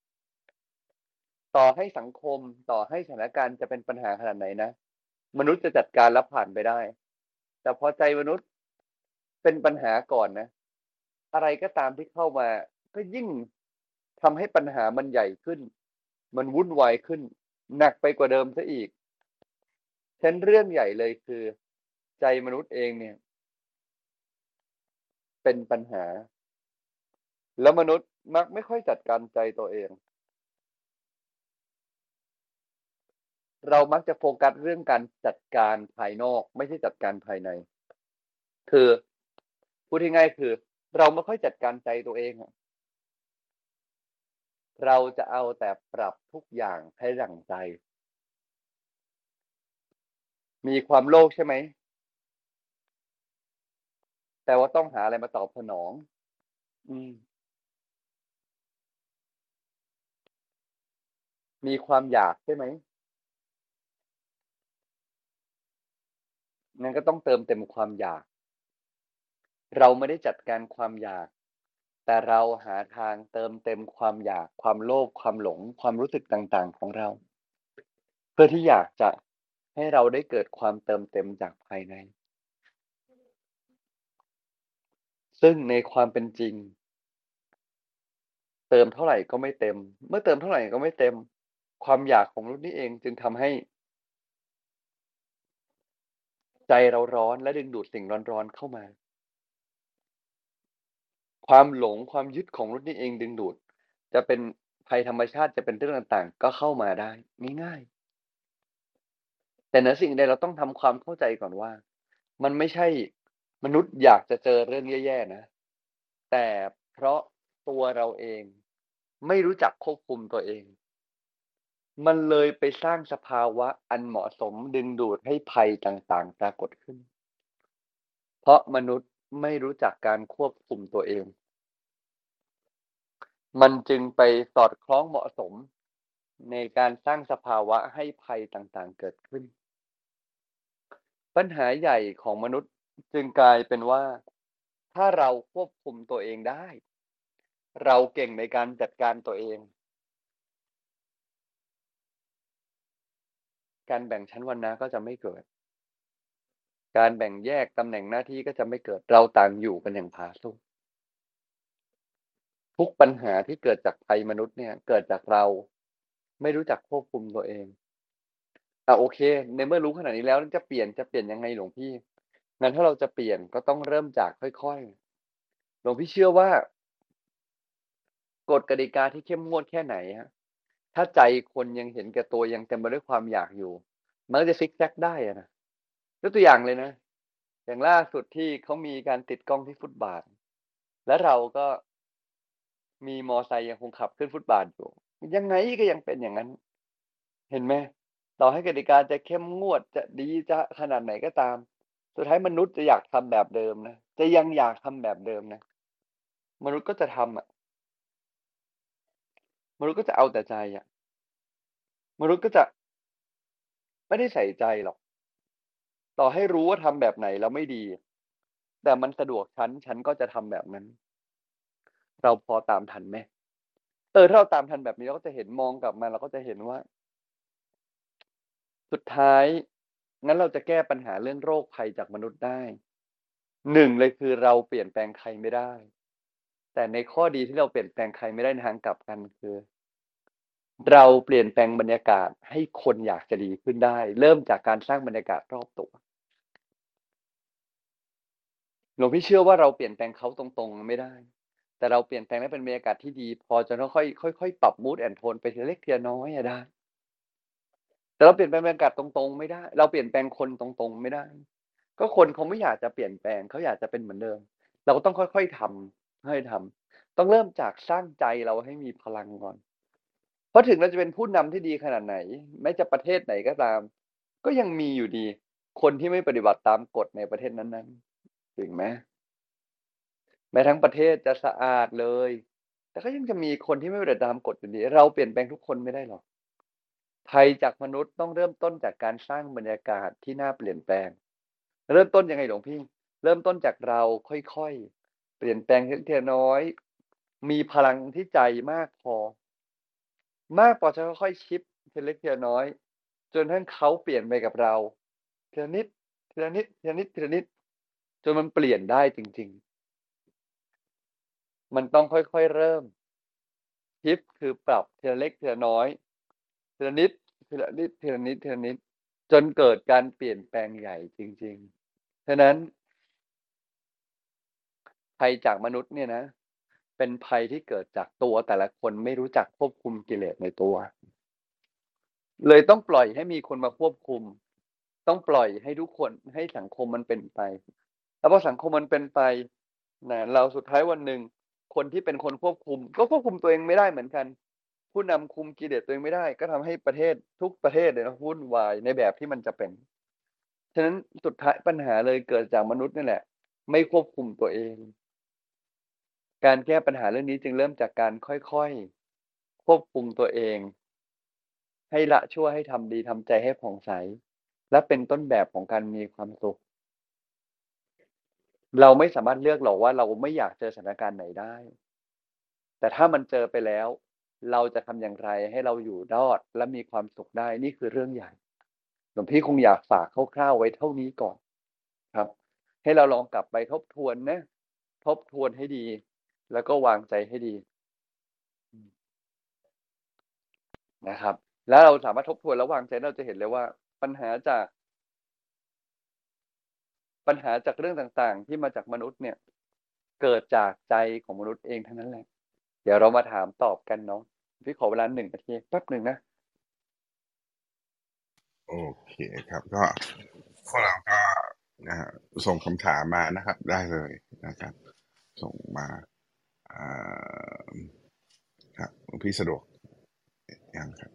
ต่อให้สังคมต่อให้สถานการณ์จะเป็นปัญหาขนาดไหนนะมนุษย์จะจัดการรับผ่านไปได้ แต่พอใจมนุษย์เป็นปัญหาก่อนนะอะไรก็ตามที่เข้ามาก็ยิ่งทำให้ปัญหามันใหญ่ขึ้น มันวุ่นวายขึ้นหนักไปกว่าเดิมซะอีกฉะนั้นเรื่องใหญ่เลยคือใจมนุษย์เองเนี่ยเป็นปัญหา แล้วมนุษย์มักไม่ค่อยจัดการใจตัวเอง เรามักจะโฟกัสเรื่องการจัดการภายนอกไม่ใช่จัดการภายใน คือพูดง่ายๆคือเราไม่ค่อยจัดการใจตัวเองเราจะเอาแต่ปรับทุกอย่างให้ดั่งใจ มีความโลภใช่ไหมแต่ว่าต้องหาอะไรมาตอบสนองมีความอยากใช่ไหมงั้นก็ต้องเติมเต็มความอยาก เราไม่ได้จัดการความอยาก แต่เราหาทางเติมเต็มความอยากความโลภความหลงความรู้สึกต่างๆของเรา เพื่อที่อยากจะให้เราได้เกิดความเติมเต็มจากภายใน ซึ่งในความเป็นจริงเติมเท่าไหร่ก็ไม่เต็ม เมื่อเติมเท่าไหร่ก็ไม่เต็ม ความอยากของมนุษย์นี่เองจึงทำให้ใจเราร้อนและดึงดูดสิ่งร้อนๆเข้ามา ความหลงความยึดของมนุษย์นี่เองดึงดูด จะเป็นภัยธรรมชาติจะเป็นเรื่องต่างๆก็เข้ามาได้ง่ายๆแต่เหนือสิ่งใดเราต้องทำความเข้าใจก่อนว่า มันไม่ใช่มนุษย์อยากจะเจอเรื่องแย่ๆนะ แต่เพราะตัวเราเองไม่รู้จักควบคุมตัวเอง มันเลยไปสร้างสภาวะอันเหมาะสมดึงดูดให้ภัยต่างๆปรากฏขึ้น เพราะมนุษย์ไม่รู้จักการควบคุมตัวเอง มันจึงไปสอดคล้องเหมาะสมในการสร้างสภาวะให้ภัยต่างๆเกิดขึ้น ปัญหาใหญ่ของมนุษย์จึงกลายเป็นว่าถ้าเราควบคุมตัวเองได้ เราเก่งในการจัดการตัวเอง การแบ่งชั้นวรรณะก็จะไม่เกิด การแบ่งแยกตำแหน่งหน้าที่ก็จะไม่เกิด เราต่างอยู่กันอย่างผาสุกทุกปัญหาที่เกิดจากภัยมนุษย์เนี่ยเกิดจากเราไม่รู้จักควบคุมตัวเองโอเคในเมื่อรู้ขนาดนี้แล้วจะเปลี่ยนยังไงหลวงพี่งั้นถ้าเราจะเปลี่ยนก็ต้องเริ่มจากค่อยๆหลวงพี่เชื่อว่ากฎกติกาที่เข้มงวดแค่ไหนฮะถ้าใจคนยังเห็นแก่ตัวยังเต็มไปด้วยความอยากอยู่มันก็จะซิกแซกได้นะยกตัวอย่างเลยนะอย่างล่าสุดที่เขามีการติดกล้องที่ฟุตบาทแล้วเราก็มีมอไซค์ยังคงขับขึ้นฟุตบาทอยู่ยังไงก็ยังเป็นอย่างนั้นเห็นไหมต่อให้กติกาจะเข้มงวดจะดีจะขนาดไหนก็ตามสุดท้ายมนุษย์จะอยากทำแบบเดิมนะจะยังอยากทำแบบเดิมนะมนุษย์ก็จะทำมนุษย์ก็จะเอาแต่ใจมนุษย์ก็จะไม่ได้ใส่ใจหรอกต่อให้รู้ว่าทำแบบไหนแล้วไม่ดี แต่มันสะดวกฉันก็จะทำแบบนั้น เราพอตามทันไหมถ้าเราตามทันแบบนี้เราก็จะเห็นมองกลับมาเราก็จะเห็นว่า สุดท้ายงั้นเราจะแก้ปัญหาเรื่องโรคภัยจากมนุษย์ได้ 1เลยคือเราเปลี่ยนแปลงใครไม่ได้ แต่ในข้อดีที่เราเปลี่ยนแปลงใครไม่ได้ในทางกลับกันคือ เราเปลี่ยนแปลงบรรยากาศให้คนอยากจะดีขึ้นได้ เริ่มจากการสร้างบรรยากาศรอบตัว หลวงพี่เชื่อว่าเราเปลี่ยนแปลงเขาตรงๆไม่ได้ แต่เราเปลี่ยนแปลงให้เป็นบรรยากาศที่ดี พอจะค่อยๆปรับ mood and tone ไปทีละเล็กทีละน้อยอะได้ แต่เราเปลี่ยนแปลงบรรยากาศตรงๆไม่ได้ เราเปลี่ยนแปลงคนตรงๆไม่ได้ ก็คนเขาไม่อยากจะเปลี่ยนแปลงเขาอยากจะเป็นเหมือนเดิม เราก็ต้องค่อยๆทำค่อยๆทำต้องเริ่มจากสร้างใจเราให้มีพลังก่อน เพราะถึงเราจะเป็นผู้นำที่ดีขนาดไหน แม้จะประเทศไหนก็ตาม ก็ยังมีอยู่ดี คนที่ไม่ปฏิบัติตามกฎในประเทศนั้นๆ จริงไหม แม้ทั้งประเทศจะสะอาดเลย แต่ก็ยังจะมีคนที่ไม่ปฏิบัติตามกฎอยู่ดี เราเปลี่ยนแปลงทุกคนไม่ได้หรอก ภัยจากมนุษย์ต้องเริ่มต้นจากการสร้างบรรยากาศที่น่าเปลี่ยนแปลง เริ่มต้นยังไงหลวงพี่ เริ่มต้นจากเราค่อยๆ เปลี่ยนแปลงทีละน้อย มีพลังที่ใจมากพอจะค่อยๆชิปทีละเล็กทีละน้อย จนกระทั่งเขาเปลี่ยนไปกับเราทีละนิดทีละนิดทีละนิดทีละนิด จนมันเปลี่ยนได้จริงๆ มันต้องค่อยๆเริ่ม ชิปคือปรับทีละเล็กทีละน้อยทีละนิดทีละนิดทีละนิดทีละนิด จนเกิดการเปลี่ยนแปลงใหญ่จริงๆ ฉะนั้น ภัยจากมนุษย์เนี่ยนะ เป็นภัยที่เกิดจากตัวแต่ละคนไม่รู้จักควบคุมกิเลสในตัว เลยต้องปล่อยให้มีคนมาควบคุม ต้องปล่อยให้ทุกคนให้สังคมมันเป็นไป แล้วพอสังคมมันเป็นไปนะเราสุดท้ายวันหนึ่ง คนที่เป็นคนควบคุม ก็ควบคุมตัวเองไม่ได้เหมือนกัน ผู้นำคุมกิเลสตัวเองไม่ได้ ก็ทำให้ประเทศทุกประเทศเลยนะวุ่นวายในแบบที่มันจะเป็น ฉะนั้นสุดท้ายปัญหาเลยเกิดจากมนุษย์นี่แหละ ไม่ควบคุมตัวเอง การแก้ปัญหาเรื่องนี้จึงเริ่มจากการค่อยๆควบคุมตัวเอง ให้ละชั่วให้ทำดีทำใจให้ผ่องใส และเป็นต้นแบบของการมีความสุข เราไม่สามารถเลือกหรอกว่าเราไม่อยากเจอสถานการณ์ไหนได้ แต่ถ้ามันเจอไปแล้ว เราจะทำอย่างไรให้เราอยู่รอดและมีความสุขได้ นี่คือเรื่องใหญ่ หลวงพี่คงอยากฝากคร่าวๆไว้เท่านี้ก่อนครับ ให้เราลองกลับไปทบทวนนะ ทบทวนให้ดี แล้วก็วางใจให้ดี นะครับ แล้วเราสามารถทบทวนแล้ววางใจเราจะเห็นเลยว่าปัญหาจากเรื่องต่างๆ ที่มาจากมนุษย์เนี่ย เกิดจากใจของมนุษย์เองทั้งนั้นแหละ เดี๋ยวเรามาถามตอบกันเนาะ พี่ขอเวลา1 นาทีแป๊บหนึ่งนะโอเคครับ ก็พวกเราก็นะฮะส่งคำถามมานะครับ ได้เลยนะครับ ส่งมาอ่าครับหลวงพี่สะดวกยังครับ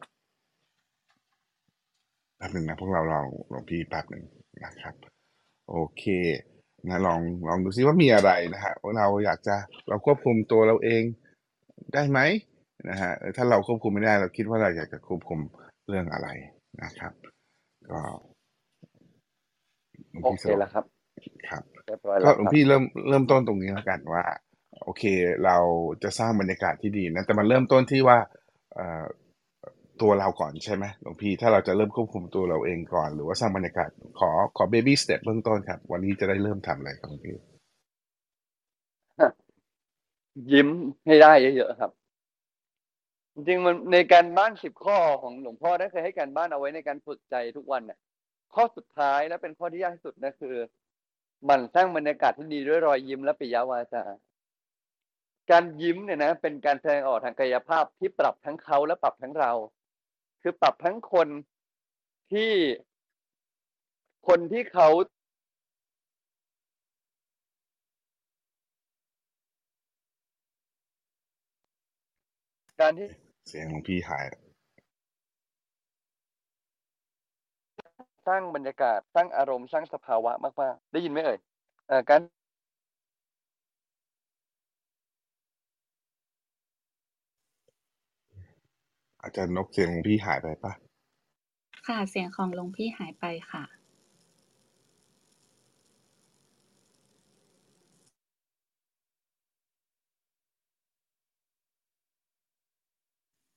แป๊บหนึ่งนะพวกเราลองหลวงพี่แป๊บหนึ่งนะครับ โอเคนะลองดูซิว่ามีอะไรนะฮะว่าเราอยากจะเราควบคุมตัวเราเองได้ไหมนะฮะถ้าเราควบคุมไม่ได้เราคิดว่าเราอยากจะควบคุมเรื่องอะไรนะครับ ก็หลวงโอพี่สะดวกเคแล้วครับครับเรียบร้อยก็แล้วครับหลวงพี่เริ่มต้นตรงนี้แล้วกันว่าโอเคเราจะสร้างบรรยากาศที่ดีนะแต่มันเริ่มต้นที่ว่าเอ่อตัวเราก่อนใช่ไหมหลวงพี่ถ้าเราจะเริ่มควบคุมตัวเราเองก่อนหรือว่าสร้างบรรยากาศขอ baby step เบื้องต้นครับวันนี้จะได้เริ่มทำอะไรครับหลวงพี่ยิ้มให้ได้เยอะๆครับ จริงๆมันในการบ้าน10 ข้อของหลวงพ่อได้เคยให้การบ้านเอาไว้ในการฝึกใจทุกวันเนี่ยข้อสุดท้ายและเป็นข้อที่ยากที่สุดนะคือหมั่นสร้างบรรยากาศที่ดีด้วยรอยยิ้มและปิยวาจา การยิ้มเนี่ยนะเป็นการแสดงออกทางกายภาพที่ปรับทั้งเขาและปรับทั้งเรา คือปรับทั้งคนที่เขา การที่เสียงของพี่หายสร้างบรรยากาศสร้างอารมณ์สร้างสภาวะมากๆได้ยินไหมเอ่ยการอาจารย์นกเสียงของพี่หายไปปะค่ะเสียงของหลวงพี่หายไปค่ะ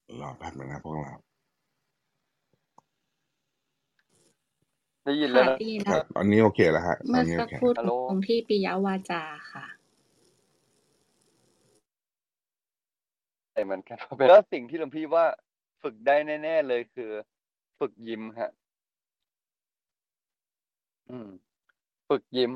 รอแป๊บนึงนะพวกเราได้ยินแล้วค่ะนะได้ยินครัแล้บวอันนี้โอเคแล้วฮะตเมื่ออนนี้สัโอก เคครู่ฮัลโหลหลวงพี่ปิยวาจาค่ะเหมือนกัน แล้วสิ่งที่หลวงพี่ว่าฝึกได้แน่ ๆ เลยคือฝึกยิ้มครับ ฝึกยิ้ม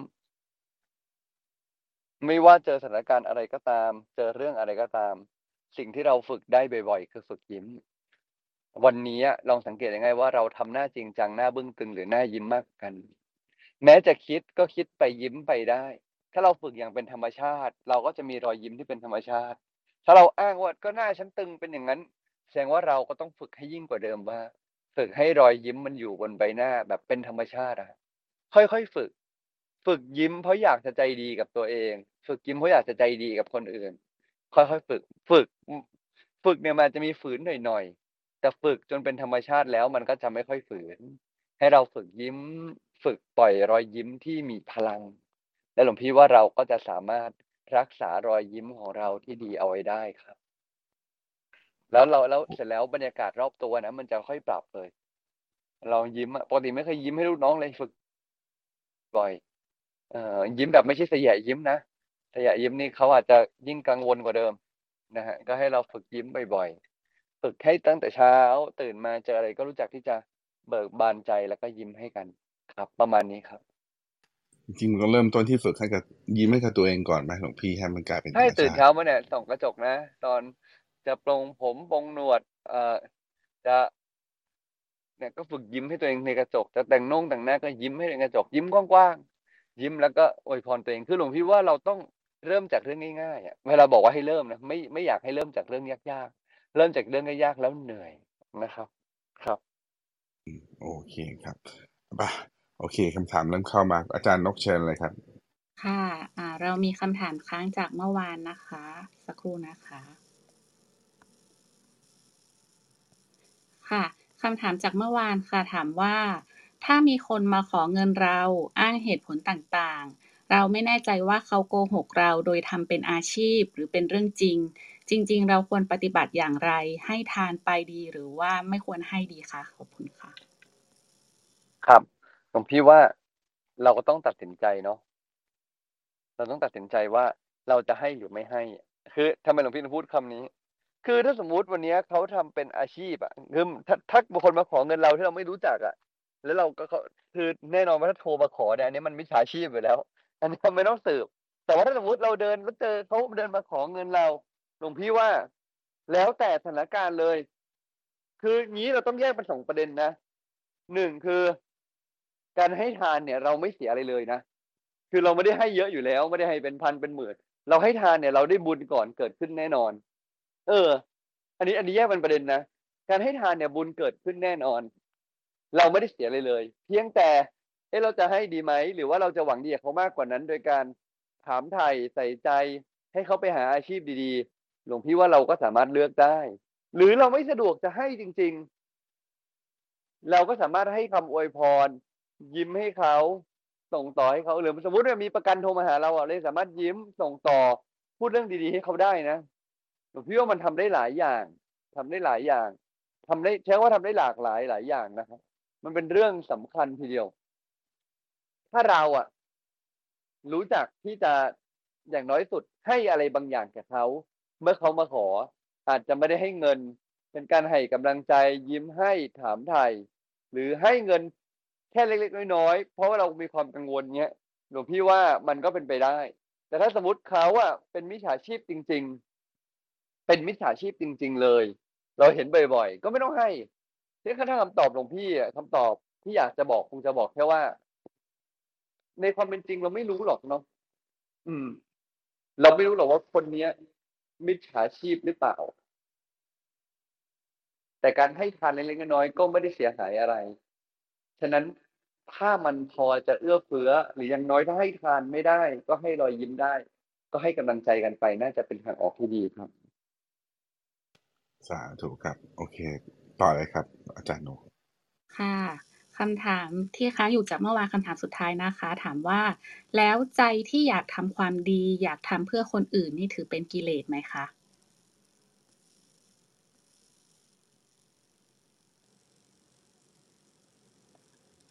ไม่ว่าเจอสถานการณ์อะไรก็ตาม เจอเรื่องอะไรก็ตาม สิ่งที่เราฝึกได้บ่อย ๆ คือฝึกยิ้ม วันนี้อะลองสังเกตง่าย ๆ ว่าเราทำหน้าจริงจัง หน้าบึ้งตึง หรือหน้ายิ้มมากกว่ากัน แม้จะคิดก็คิดไปยิ้มไปได้ ถ้าเราฝึกอย่างเป็นธรรมชาติ เราก็จะมีรอยยิ้มที่เป็นธรรมชาติ ถ้าเราอ้างว่าก็หน้าฉันตึงเป็นอย่างงั้น แสดงว่าเราก็ต้องฝึกให้ยิ่งกว่าเดิมว่า ฝึกให้รอยยิ้มมันอยู่บนใบหน้าแบบเป็นธรรมชาติอะครับ ค่อย ๆ ฝึก ฝึกยิ้มเพราะอยากจะใจดีกับตัวเอง ฝึกยิ้มเพราะอยากจะใจดีกับคนอื่น ค่อย ๆ ฝึก ฝึกเนี่ยมันอาจจะมีฝืนหน่อย ๆ แต่ฝึกจนเป็นธรรมชาติแล้วมันก็จะไม่ค่อยฝืน ให้เราฝึกยิ้ม ฝึกปล่อยรอยยิ้มที่มีพลัง และหลวงพี่ว่าเราก็จะสามารถรักษารอยยิ้มของเราที่ดีเอาไว้ได้ครับ แล้วเสร็จแล้วบรรยากาศรอบตัวนะมันจะค่อยปรับเลย เรายิ้มอะ ปกติไม่เคยยิ้มให้ลูกน้องเลย ฝึก บ่อย ยิ้มแบบไม่ใช่สะแหยะยิ้มนะ สะแหยะยิ้มนี่เขาอาจจะยิ่งกังวลกว่าเดิมนะครับ ก็ให้เราฝึกยิ้มบ่อย ๆ ฝึกให้ตั้งแต่เช้าตื่นมาเจออะไรก็รู้จักที่จะเบิกบานใจแล้วก็ยิ้มให้กันครับ ประมาณนี้ครับจริง ๆ มันก็เริ่มต้นที่ฝึกให้กับ ยิ้มให้กับตัวเองก่อนไหมหลวงพี่ ให้มันกลายเป็นธใช่รรมตื่นชาเช้าติมาเนี่ยส่องกระจกนะ ตอนจะปลงผมปลงหนวด จะ เนี่ยก็ฝึกยิ้มให้ตัวเองในกระจก จะแต่งหน้าก็ยิ้มให้ในกระจก ยิ้มกว้าง ๆ ยิ้มแล้วก็อวยพรตัวเอง คือหลวงพี่ว่าเราต้องเริ่มจากเรื่องง่าย ๆ อะ เวลาบอกว่าให้เริ่มนะ ไม่อยากให้เริ่มจากเรื่องยาก ๆ เริ่มจากเรื่องยาก ๆ แล้วเหนื่อยนะครับ ครับโอเคครับ โอเค คำถามเริ่มเข้ามา อาจารย์นกเชิญเลยครับค่ะ เรามีคำถามค้างจากเมื่อวานนะคะ สักครู่นะคะ ค่ะ คำถามจากเมื่อวานค่ะ ถามว่า ถ้ามีคนมาขอเงินเรา อ้างเหตุผลต่าง ๆ เราไม่แน่ใจว่าเขาโกหกเราโดยทำเป็นอาชีพหรือเป็นเรื่องจริง จริง ๆ เราควรปฏิบัติอย่างไร ให้ทานไปดีหรือว่าไม่ควรให้ดีคะ? ขอบคุณค่ะครับ หลวงพี่ว่าเราก็ต้องตัดสินใจเนาะ เราต้องตัดสินใจว่าเราจะให้หรือไม่ให้ คือทำไมหลวงพี่ถึงพูดคำนี้ คือถ้าสมมุติวันเนี้ยเขาทำเป็นอาชีพอะ คือถ้าบางคนมาขอเงินเราที่เราไม่รู้จักอะ แล้วเราก็คือแน่นอนว่าถ้าโทรมาขอเนี่ย อันนี้มันมิจฉาชีพอยู่แล้ว อันนี้ไม่ต้องสืบ แต่ว่าถ้าสมมุติเราเดินแล้วเจอเขาเดินมาขอเงินเรา หลวงพี่ว่าแล้วแต่สถานการณ์เลย คืองี้เราต้องแยกเป็น 2 ประเด็นนะ 1 คือการให้ทานเนี่ยเราไม่เสียอะไรเลยนะ คือเราไม่ได้ให้เยอะอยู่แล้ว ไม่ได้ให้เป็นพันเป็นหมื่น เราให้ทานเนี่ยเราได้บุญก่อนเกิดขึ้นแน่นอน อันนี้แยกเป็นประเด็นนะ การให้ทานเนี่ยบุญเกิดขึ้นแน่นอน เราไม่ได้เสียอะไรเลย เพียงแต่ เราจะให้ดีไหม หรือว่าเราจะหวังดีกับเขามากกว่านั้น โดยการถามไถ่ใส่ใจให้เขาไปหาอาชีพดี ๆ หลวงพี่ว่าเราก็สามารถเลือกได้ หรือเราไม่สะดวกจะให้จริง ๆ เราก็สามารถให้คำอวยพร ยิ้มให้เขา ส่งต่อให้เขา หรือสมมุติว่ามีประกันโทรมาหาเราอะ เราสามารถยิ้มส่งต่อ พูดเรื่องดี ๆ ให้เขาได้นะ หลวงพี่ว่ามันทำได้หลายอย่าง ทำได้หลายอย่าง ทำได้ ใช้คำว่าทำได้หลากหลายหลายอย่างนะครับ มันเป็นเรื่องสำคัญทีเดียว ถ้าเราอะรู้จักที่จะอย่างน้อยสุดให้อะไรบางอย่างแก่เขา เมื่อเขามาขอ อาจจะไม่ได้ให้เงิน เป็นการให้กำลังใจ ยิ้มให้ ถามไถ่ หรือให้เงินแค่เล็ก ๆ น้อย ๆ เพราะว่าเรามีความกังวล เงี้ย หลวงพี่ว่ามันก็เป็นไปได้ แต่ถ้าสมมุติเขาอะเป็นมิจฉาชีพจริง ๆ เป็นมิจฉาชีพจริง ๆ เลย เราเห็นบ่อย ๆ ก็ไม่ต้องให้ ถ้าคำตอบหลวงพี่อะ คำตอบที่อยากจะบอกคงจะบอกแค่ว่า ในความเป็นจริงเราไม่รู้หรอกเนาะ เราไม่รู้หรอกว่าคนเนี้ยมิจฉาชีพหรือเปล่า แต่การให้ทานเล็ก ๆ น้อย ๆ ก็ไม่ได้เสียหายอะไร ฉะนั้นถ้ามันพอจะเอื้อเฟื้อ หรืออย่างน้อยถ้าให้ทานไม่ได้ ก็ให้รอยยิ้มได้ ก็ให้กำลังใจกันไป น่าจะเป็นทางออกที่ดีครับสาธุครับ โอเค ต่อเลยครับ อาจารย์นกค่ะ คำถามที่ค้างอยู่จากเมื่อวาน คำถามสุดท้ายนะคะ ถามว่า แล้วใจที่อยากทำความดี อยากทำเพื่อคนอื่นนี่ถือเป็นกิเลสไหมคะ?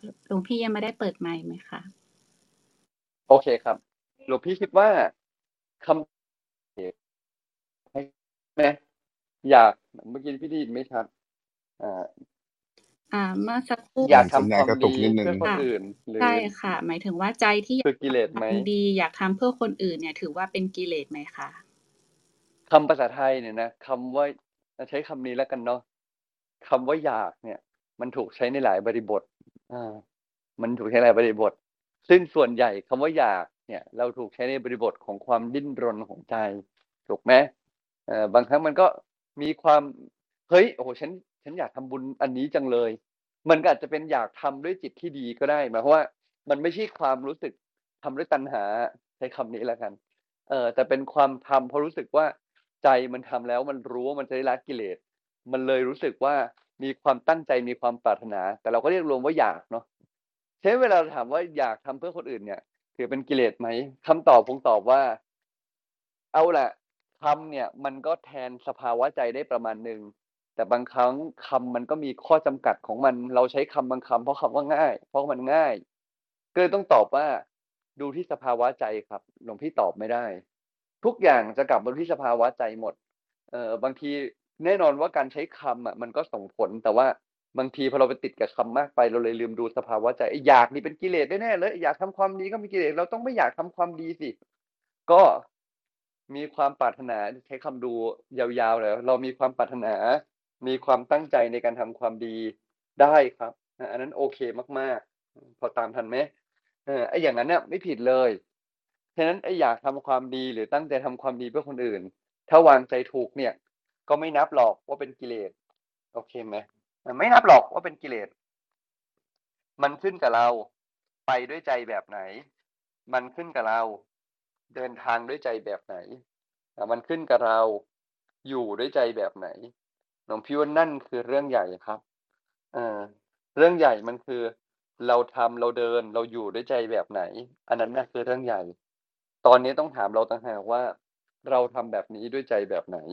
หลวงพี่ยังไม่ได้เปิดไมค์ไหมคะโอเคครับ หลวงพี่คิดว่าคำให้ไหมอยากเมื่อกี้พี่ได้ยินไม่ชัดอ่าเมื่อสักครู่อยากสัญทำญาคณวามกระตุกดีนิดนึเพื่งอคนค่ะอื่น หรืใช่อค่ะ หมายถึงว่าใจที่อยาคืกอกิเลสทไหม? ำดี อยากทำเพื่อคนอื่นเนี่ย ถือว่าเป็นกิเลสไหมคะ? คำภาษาไทยเนี่ยนะ คำว่า ใช้คำนี้แล้วกันเนาะ คำว่าอยากเนี่ย มันถูกใช้ในหลายบริบท มันถูกใช้ในหลายบริบท ซึ่งส่วนใหญ่คำว่าอยากเนี่ย เราถูกใช้ในบริบทของความดิ้นรนของใจ ถูกไหม? บางครั้งมันก็มีความ เฮ้ย โอ้โฮ ฉันอยากทำบุญอันนี้จังเลย มันก็อาจจะเป็นอยากทำด้วยจิตที่ดีก็ได้ หมายความว่ามันไม่ใช่ความรู้สึกทำด้วยตัณหา ใช้คำนี้แล้วกัน แต่เป็นความทำเพราะรู้สึกว่า ใจมันทำแล้วมันรู้ว่ามันจะได้ละกิเลส มันเลยรู้สึกว่ามีความตั้งใจ มีความปรารถนา แต่เราก็เรียกรวมว่าอยากเนาะ ฉะนั้นเวลาเราถามว่าอยากทำเพื่อคนอื่นเนี่ย ถือเป็นกิเลสไหม? คำตอบคงตอบว่า เอาล่ะ คำเนี่ยมันก็แทนสภาวะใจได้ประมาณหนึ่ง แต่บางครั้งคำมันก็มีข้อจำกัดของมัน เราใช้คำบางคำเพราะคำว่าง่าย เพราะมันง่าย ก็เลยต้องตอบว่า ดูที่สภาวะใจครับ หลวงพี่ตอบไม่ได้ ทุกอย่างจะกลับมาที่สภาวะใจหมด บางทีแน่นอนว่าการใช้คำอะมันก็ส่งผล แต่ว่าบางทีพอเราไปติดกับคำมากไป เราเลยลืมดูสภาวะใจ ไอ้อยากนี่เป็นกิเลสแน่ ๆ เลย อยากทำความดีก็เป็นกิเลส เราต้องไม่อยากทำความดีสิ ก็มีความปรารถนา ใช้คำดูยาว ๆ หน่อย เรามีความปรารถนา มีความตั้งใจในการทำความดีได้ครับ อันนั้นโอเคมาก ๆ พอตามทันไหม? ไอ้อย่างนั้นน่ะไม่ผิดเลย ฉะนั้นไอ้อยากทำความดี หรือตั้งใจทำความดีเพื่อคนอื่น ถ้าวางใจถูกเนี่ย ก็ไม่นับหรอกว่าเป็นกิเลส โอเคไหม? ไม่นับหรอกว่าเป็นกิเลส มันขึ้นกับเราไปด้วยใจแบบไหน มันขึ้นกับเราเดินทางด้วยใจแบบไหน มันขึ้นกับเราอยู่ด้วยใจแบบไหน หลวงพี่ว่านั่นคือเรื่องใหญ่ครับ เรื่องใหญ่มันคือเราทำ เราเดิน เราอยู่ด้วยใจแบบไหน อันนั้นน่ะคือเรื่องใหญ่ ตอนนี้ต้องถามเราต่างหากว่า เราทำแบบนี้ด้วยใจแบบไหน?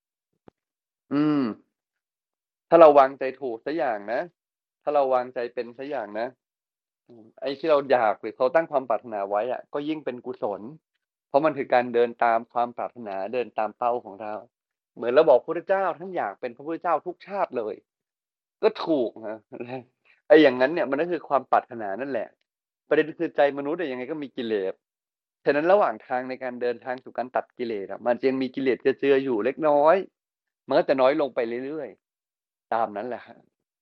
ถ้าเราวางใจถูกสักอย่างนะ ถ้าเราวางใจเป็นสักอย่างนะ ไอ้ที่เราอยากหรือเราตั้งความปรารถนาไว้อะ ก็ยิ่งเป็นกุศล เพราะมันคือการเดินตามความปรารถนา เดินตามเป้าของเรา เหมือนเราบอกพระพุทธเจ้า ท่านอยากเป็นพระพุทธเจ้าทุกชาติเลย ก็ถูกนะ ไอ้อย่างงั้นเนี่ยมันก็คือความปรารถนานั่นแหละ ประเด็นคือใจมนุษย์อะยังไงก็มีกิเลส ฉะนั้นระหว่างทางในการเดินทางสู่การตัดกิเลสอะ มันจะยังมีกิเลสเจือ ๆ อยู่เล็กน้อย มันก็จะน้อยลงไปเรื่อย ๆ ตามนั้นแหละครับ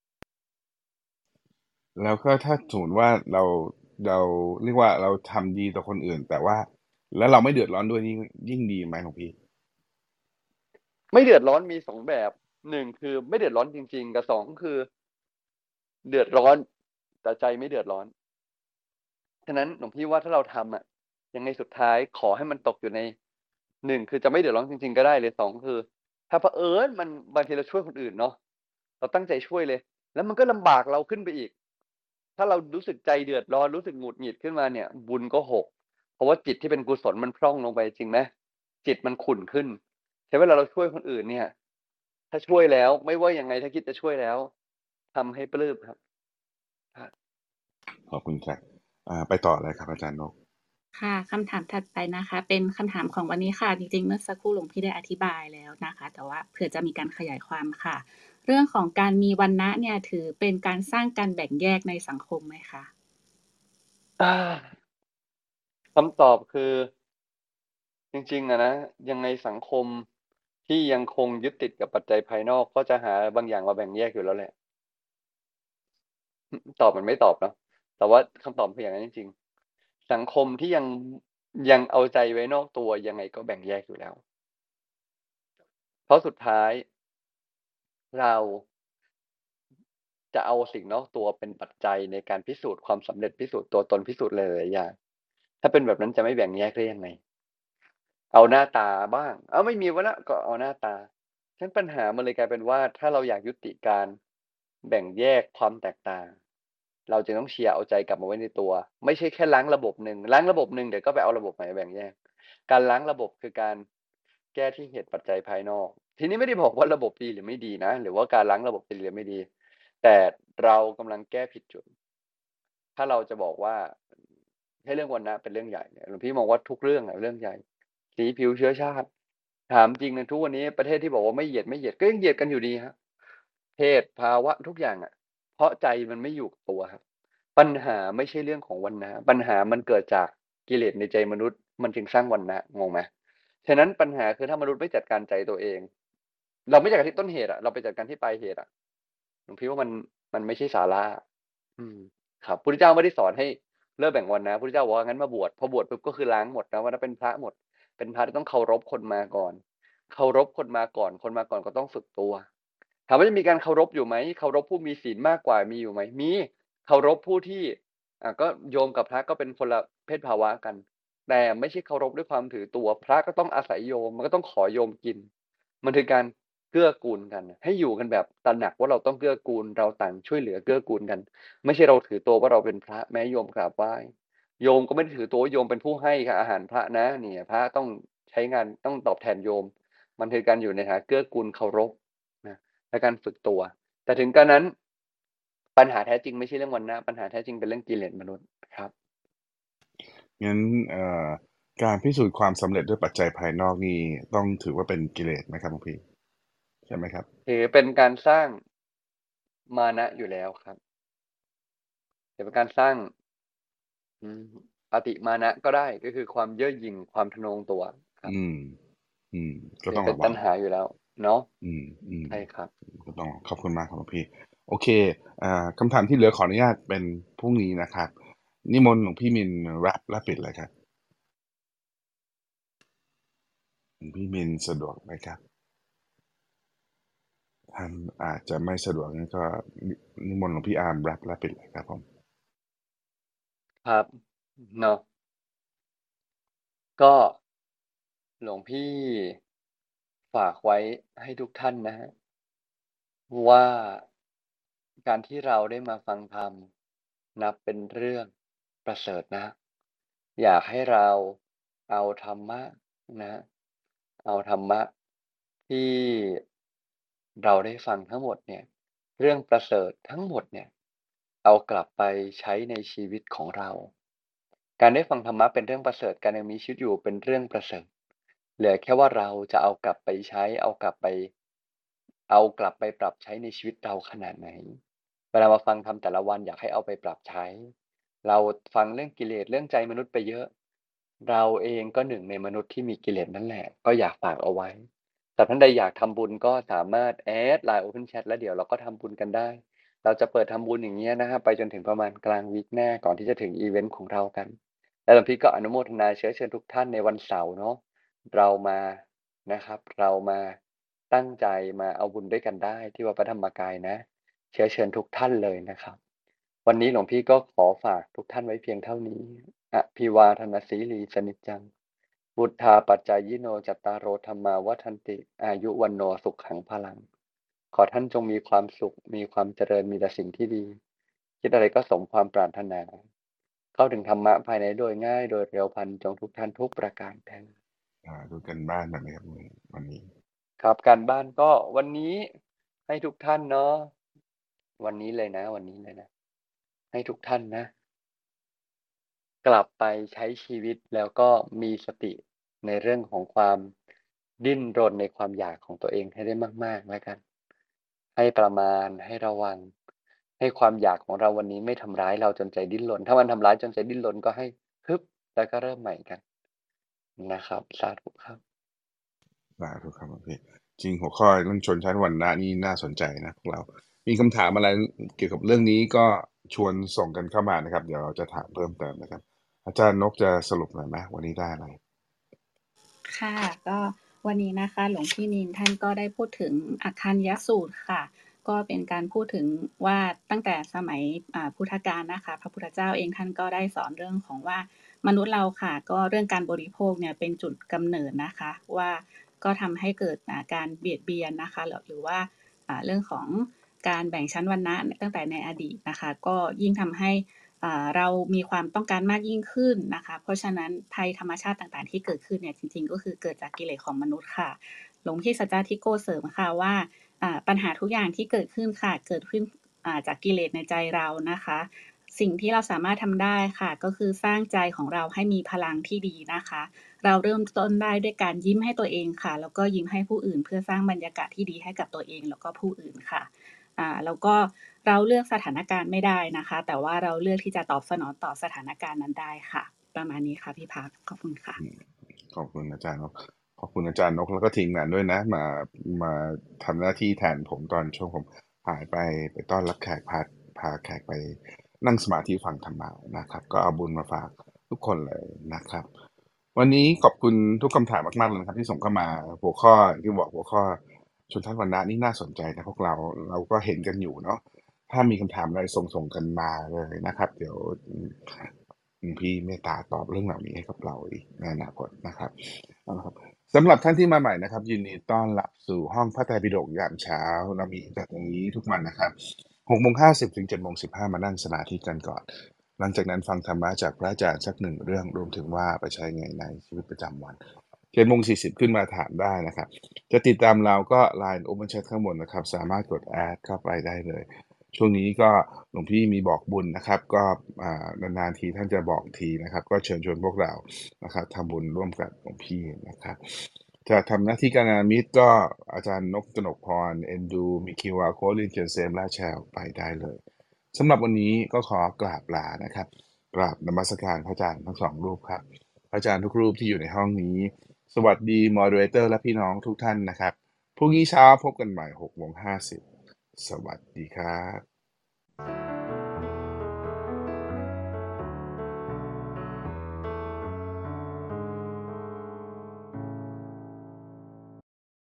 แล้วก็ถ้าสมมุติว่าเรา เรียกว่าเราทำดีต่อคนอื่น แต่ว่า แล้วเราไม่เดือดร้อนด้วยนี่ยิ่งดีไหมหลวงพี่? ไม่เดือดร้อนมี 2 แบบ 1 คือไม่เดือดร้อนจริง ๆ กับ 2 คือ เดือดร้อน แต่ใจไม่เดือดร้อน ฉะนั้นหลวงพี่ว่าถ้าเราทำอะ ยังไงสุดท้ายขอให้มันตกอยู่ใน 1 คือจะไม่เดือดร้อนจริง ๆ ก็ได้ หรือ 2 คือ ถ้าเผอิญมัน บางทีเราช่วยคนอื่นเนาะ เราตั้งใจช่วยเลย แล้วมันก็ลำบากเราขึ้นไปอีก ถ้าเรารู้สึกใจเดือดร้อน รู้สึกหงุดหงิดขึ้นมาเนี่ย บุญก็หก เพราะว่าจิตที่เป็นกุศลมันพร่องลงไปจริงไหม? จิตมันขุ่นขึ้น ฉะนั้นเวลาเราช่วยคนอื่นเนี่ย ถ้าช่วยแล้วไม่ว่ายังไงถ้าคิดจะช่วยแล้ว ทำให้ปลื้มครับ ครับขอบคุณครับ ไปต่อเลยครับอาจารย์นกค่ะ คำถามถัดไปนะคะ เป็นคำถามของวันนี้ค่ะ จริง ๆ เมื่อสักครู่หลวงพี่ได้อธิบายแล้วนะคะ แต่ว่าเผื่อจะมีการขยายความค่ะ เรื่องของการมีวรรณะเนี่ย ถือเป็นการสร้างการแบ่งแยกในสังคมไหมคะ? คำตอบคือ จริง ๆ อะนะ ยังไงสังคมที่ยังคงยึดติดกับปัจจัยภายนอก ก็จะหาบางอย่างมาแบ่งแยกอยู่แล้วแหละ ตอบเหมือนไม่ตอบเนาะ แต่ว่าคำตอบคืออย่างนั้นจริง ๆ สังคมที่ยังเอาใจไว้นอกตัว ยังไงก็แบ่งแยกอยู่แล้ว เพราะสุดท้าย เราจะเอาสิ่งนอกตัวเป็นปัจจัยในการพิสูจน์ความสำเร็จ พิสูจน์ตัวตน พิสูจน์หลาย ๆ อย่าง ถ้าเป็นแบบนั้นจะไม่แบ่งแยกได้ยังไง? เอาหน้าตาบ้าง อ้าว ไม่มีวรรณะก็เอาหน้าตา ฉะนั้นปัญหามันเลยกลายเป็นว่า ถ้าเราอยากยุติการแบ่งแยกความแตกต่าง เราจึงต้องเชียร์เอาใจกลับมาไว้ในตัว ไม่ใช่แค่ล้างระบบหนึ่ง ล้างระบบหนึ่งเดี๋ยวก็ไปเอาระบบใหม่มาแบ่งแยก การล้างระบบคือการแก้ที่เหตุปัจจัยภายนอก ทีนี้ไม่ได้บอกว่าระบบดีหรือไม่ดีนะ หรือว่าการล้างระบบดีหรือไม่ดี แต่เรากำลังแก้ผิดจุดถ้าเราจะบอกว่าให้เรื่องวรรณะเป็นเรื่องใหญ่เนี่ยหลวงพี่มองว่าทุกเรื่องเรื่องใหญ่สีผิวเชื้อชาติถามจริงในทุกวันนี้ประเทศที่บอกว่าไม่เหยียดก็ยังเหยียดกันอยู่ดีครับเพศภาวะทุกอย่างเพราะใจมันไม่อยู่กับตัวครับปัญหาไม่ใช่เรื่องของวรรณะปัญหามันเกิดจากกิเลสในใจมนุษย์มันจึงสร้างวรรณะงงไหมฉะนั้นปัญหาคือถ้ามนุษย์ไม่จัดการใจตัวเอง เราไม่จัดการที่ต้นเหตุเราไปจัดการที่ปลายเหตุหลวงพี่ว่ามันไม่ใช่สาระครับพุทธเจ้าไม่ได้สอนให้เลิกแบ่งวันนะพุทธเจ้าบอกว่างั้นมาบวชพอบวชปุ๊บก็คือล้างหมดนะว่าเป็นพระหมดเป็นพระที่ต้องเคารพคนมาก่อนเคารพคนมาก่อนคนมาก่อนก็ต้องฝึกตัวถามว่าจะมีการเคารพอยู่ไหมเคารพผู้มีศีลมากกว่ามีอยู่ไหมมีเคารพผู้ที่ก็โยมกับพระก็เป็นคนละเพศภาวะกันแต่ไม่ใช่เคารพด้วยความถือตัวพระก็ต้องอาศัยโยมมันก็ต้องขอโยมกินมันคือการเกื้อกูลกันให้อยู่กันแบบตระหนักว่าเราต้องเกื้อกูลเราต่างช่วยเหลือเกื้อกูลกันไม่ใช่เราถือตัวว่าเราเป็นพระแม้โยมกราบไหว้โยมก็ไม่ได้ถือตัวว่าโยมเป็นผู้ให้ค่ะอาหารพระนะเนี่ยพระต้องใช้งานต้องตอบแทนโยมมันคือการอยู่ในฐานะเกื้อกูลเคารพนะและการฝึกตัวแต่ถึงกระนั้นปัญหาแท้จริงไม่ใช่เรื่องวรรณะปัญหาแท้จริงเป็นเรื่องกิเลสมนุษย์ครับงั้นการพิสูจน์ความสำเร็จด้วยปัจจัยภายนอกนี่ต้องถือว่าเป็นกิเลสไหมครับหลวงพี่ใช่ไหมครับถือเป็นการสร้างมานะอยู่แล้วครับถือเป็นการสร้างอติมานะก็ได้ก็คือความเย่อหยิ่งความทะนงตัวครับก็ถือต้องระวังเป็นตัณหาอยู่แล้วเนาะใช่ครับก็ต้องขอบคุณมากครับหลวงพี่โอเคคำถามที่เหลือขออนุญาตเป็นพรุ่งนี้นะครับนิมนต์หลวงพี่มินรับและปิดเลยครับหลวงพี่มินสะดวกไหมครับท่านอาจจะไม่สะดวกงั้นก็นิมนต์หลวงพี่อาร์มรับและปิดเลยครับผมครับเนาะก็หลวงพี่ฝากไว้ให้ทุกท่านนะฮะว่าการที่เราได้มาฟังธรรมนับเป็นเรื่องประเสริฐนะอยากให้เราเอาธรรมะนะเอาธรรมะที่เราได้ฟังทั้งหมดเนี่ยเรื่องประเสริฐทั้งหมดเนี่ยเอากลับไปใช้ในชีวิตของเราการได้ฟังธรรมะเป็นเรื่องประเสริฐการยังมีชีวิตอยู่เป็นเรื่องประเสริฐเหลือแค่ว่าเราจะเอากลับไปใช้เอากลับไปปรับใช้ในชีวิตเราขนาดไหนเวลามาฟังธรรมแต่ละวันอยากให้เอาไปปรับใช้เราฟังเรื่องกิเลสเรื่องใจมนุษย์ไปเยอะเราเองก็หนึ่งในมนุษย์ที่มีกิเลสนั่นแหละก็อยากฝากเอาไว้แต่ท่านใดอยากทำบุญก็สามารถแอด LINE Open Chat แล้วเดี๋ยวเราก็ทำบุญกันได้เราจะเปิดทำบุญอย่างเงี้ยนะครับไปจนถึงประมาณกลางวีคหน้าก่อนที่จะถึงอิเวนต์ของเรากันและหลวงพี่ก็อนุโมทนาเชิญทุกท่านในวันเสาร์เนาะเรามานะครับเรามาตั้งใจมาเอาบุญด้วยกันได้ที่วัดพระธรรมกายนะเชิญทุกท่านเลยนะครับวันนี้หลวงพี่ก็ขอฝากทุกท่านไว้เพียงเท่านี้อภิวาทนาสีลีสนิจจังพุทธาปัจจายโนจัตตารโอธรรมาวัฏันติอายุวันโนสุขังพลังขอท่านจงมีความสุขมีความเจริญมีแต่สิ่งที่ดีคิดอะไรก็สมความปรารถนาเข้าถึงธรรมะภายในโดยง่ายโดยเร็วพลันจงทุกท่านทุกประการเถิดดูกันบ้านแบบนี้ครับวันนี้ครับการบ้านก็วันนี้ให้ทุกท่านเนาะวันนี้เลยนะให้ทุกท่านนะกลับไปใช้ชีวิตแล้วก็มีสติในเรื่องของความดิ้นรนในความอยากของตัวเองให้ได้มากๆแล้วกันให้ประมาณให้ระวังให้ความอยากของเราวันนี้ไม่ทำร้ายเราจนใจดิ้นรนถ้ามันทำร้ายจนใจดิ้นรนก็ให้ฮึบแล้วก็เริ่มใหม่กันนะครับสาธุครับถูกครับหลวงพี่จริงหัวข้อเรื่องชนชั้นวรรณะนี่น่าสนใจนะพวกเรามีคำถามอะไรเกี่ยวกับเรื่องนี้ก็ชวนส่งกันเข้ามานะครับเดี๋ยวเราจะถามเพิ่มเติมนะครับอาจารย์นกจะสรุปหน่อยไหมวันนี้ได้อะไรค่ะก็วันนี้นะคะหลวงพี่นินท่านก็ได้พูดถึงอักขัญญสูตรค่ะก็เป็นการพูดถึงว่าตั้งแต่สมัยพุทธกาลนะคะพระพุทธเจ้าเองท่านก็ได้สอนเรื่องของว่ามนุษย์เราค่ะก็เรื่องการบริโภคเนี่ยเป็นจุดกำเนิดนะคะว่าก็ทำให้เกิดการเบียดเบียนนะคะหรือว่าเรื่องของการแบ่งชั้นวรรณะตั้งแต่ในอดีตนะคะก็ยิ่งทำให้เรามีความต้องการมากยิ่งขึ้นนะคะเพราะฉะนั้นภัยธรรมชาติต่างๆที่เกิดขึ้นเนี่ยจริงๆก็คือเกิดจากกิเลสของมนุษย์ค่ะหลวงพี่สัจจทิโกเสริมค่ะว่าปัญหาทุกอย่างที่เกิดขึ้นค่ะเกิดขึ้นจากกิเลสในใจเรานะคะสิ่งที่เราสามารถทำได้ค่ะก็คือสร้างใจของเราให้มีพลังที่ดีนะคะเราเริ่มต้นได้ด้วยการยิ้มให้ตัวเองค่ะแล้วก็ยิ้มให้ผู้อื่นเพื่อสร้างบรรยากาศที่ดีให้กับตัวเองแล้วก็ผู้อื่นค่ะแล้วก็เราเลือกสถานการณ์ไม่ได้นะคะแต่ว่าเราเลือกที่จะตอบสนองต่อสถานการณ์นั้นได้ค่ะประมาณนี้ค่ะพี่พักขอบคุณค่ะขอบคุณอาจารย์นกขอบคุณอาจารย์นกแล้วก็ทีมงานด้วยนะมาทำหน้าที่แทนผมตอนช่วงผมหายไปต้อนรับแขกพาแขกไปนั่งสมาธิฟังธรรมะนะครับก็เอาบุญมาฝากทุกคนเลยนะครับวันนี้ขอบคุณทุกคำถามมากๆเลยนะครับที่ส่งเข้ามาหัวข้อที่บอกหัวข้อชนชั้นวรรณะนี่น่าสนใจนะพวกเราก็เห็นกันอยู่เนาะถ้ามีคำถามอะไรส่งกันมาเลยนะครับเดี๋ยวพี่เมตตาตอบเรื่องเหล่านี้ให้กับเราอีกในอนาคตนะครับนะครับสำหรับท่านที่มาใหม่นะครับยินดีต้อนรับสู่ห้องพระไตรปิฎกยามเช้าเรามีแบบนี้ทุกวันนะครับ6:50 ถึง 7:15 มานั่งสมาธิกันก่อนหลังจากนั้นฟังธรรมะจากพระอาจารย์สักหนึ่งเรื่องรวมถึงว่าไปใช้ไงในชีวิตประจำวัน7:40ขึ้นมาถามได้นะครับจะติดตามเราก็ LINE Open Chat ข้างบนนะครับสามารถกดแอดเข้าไปได้เลยช่วงนี้ก็หลวงพี่มีบอกบุญนะครับก็นานๆทีท่านจะบอกทีนะครับก็เชิญชวนพวกเรานะครับทำบุญร่วมกับหลวงพี่นะครับจะทำหน้าที่การงานมิตรก็อาจารย์นกกนกพรเอ็นดูมี QR Code ลิงก์เขียนเซมและแชร์ออกไปได้เลยสำหรับวันนี้ก็ขอกราบลานะครับกราบนมัสการพระอาจารย์ทั้งสองรูปครับพระอาจารย์ทุกรูปที่อยู่ในห้องนี้สวัสดีมอดเรเตอร์และพี่น้องทุกท่านนะครับพรุ่งนี้เช้าพบกันใหม่6:50สวัสดีครับ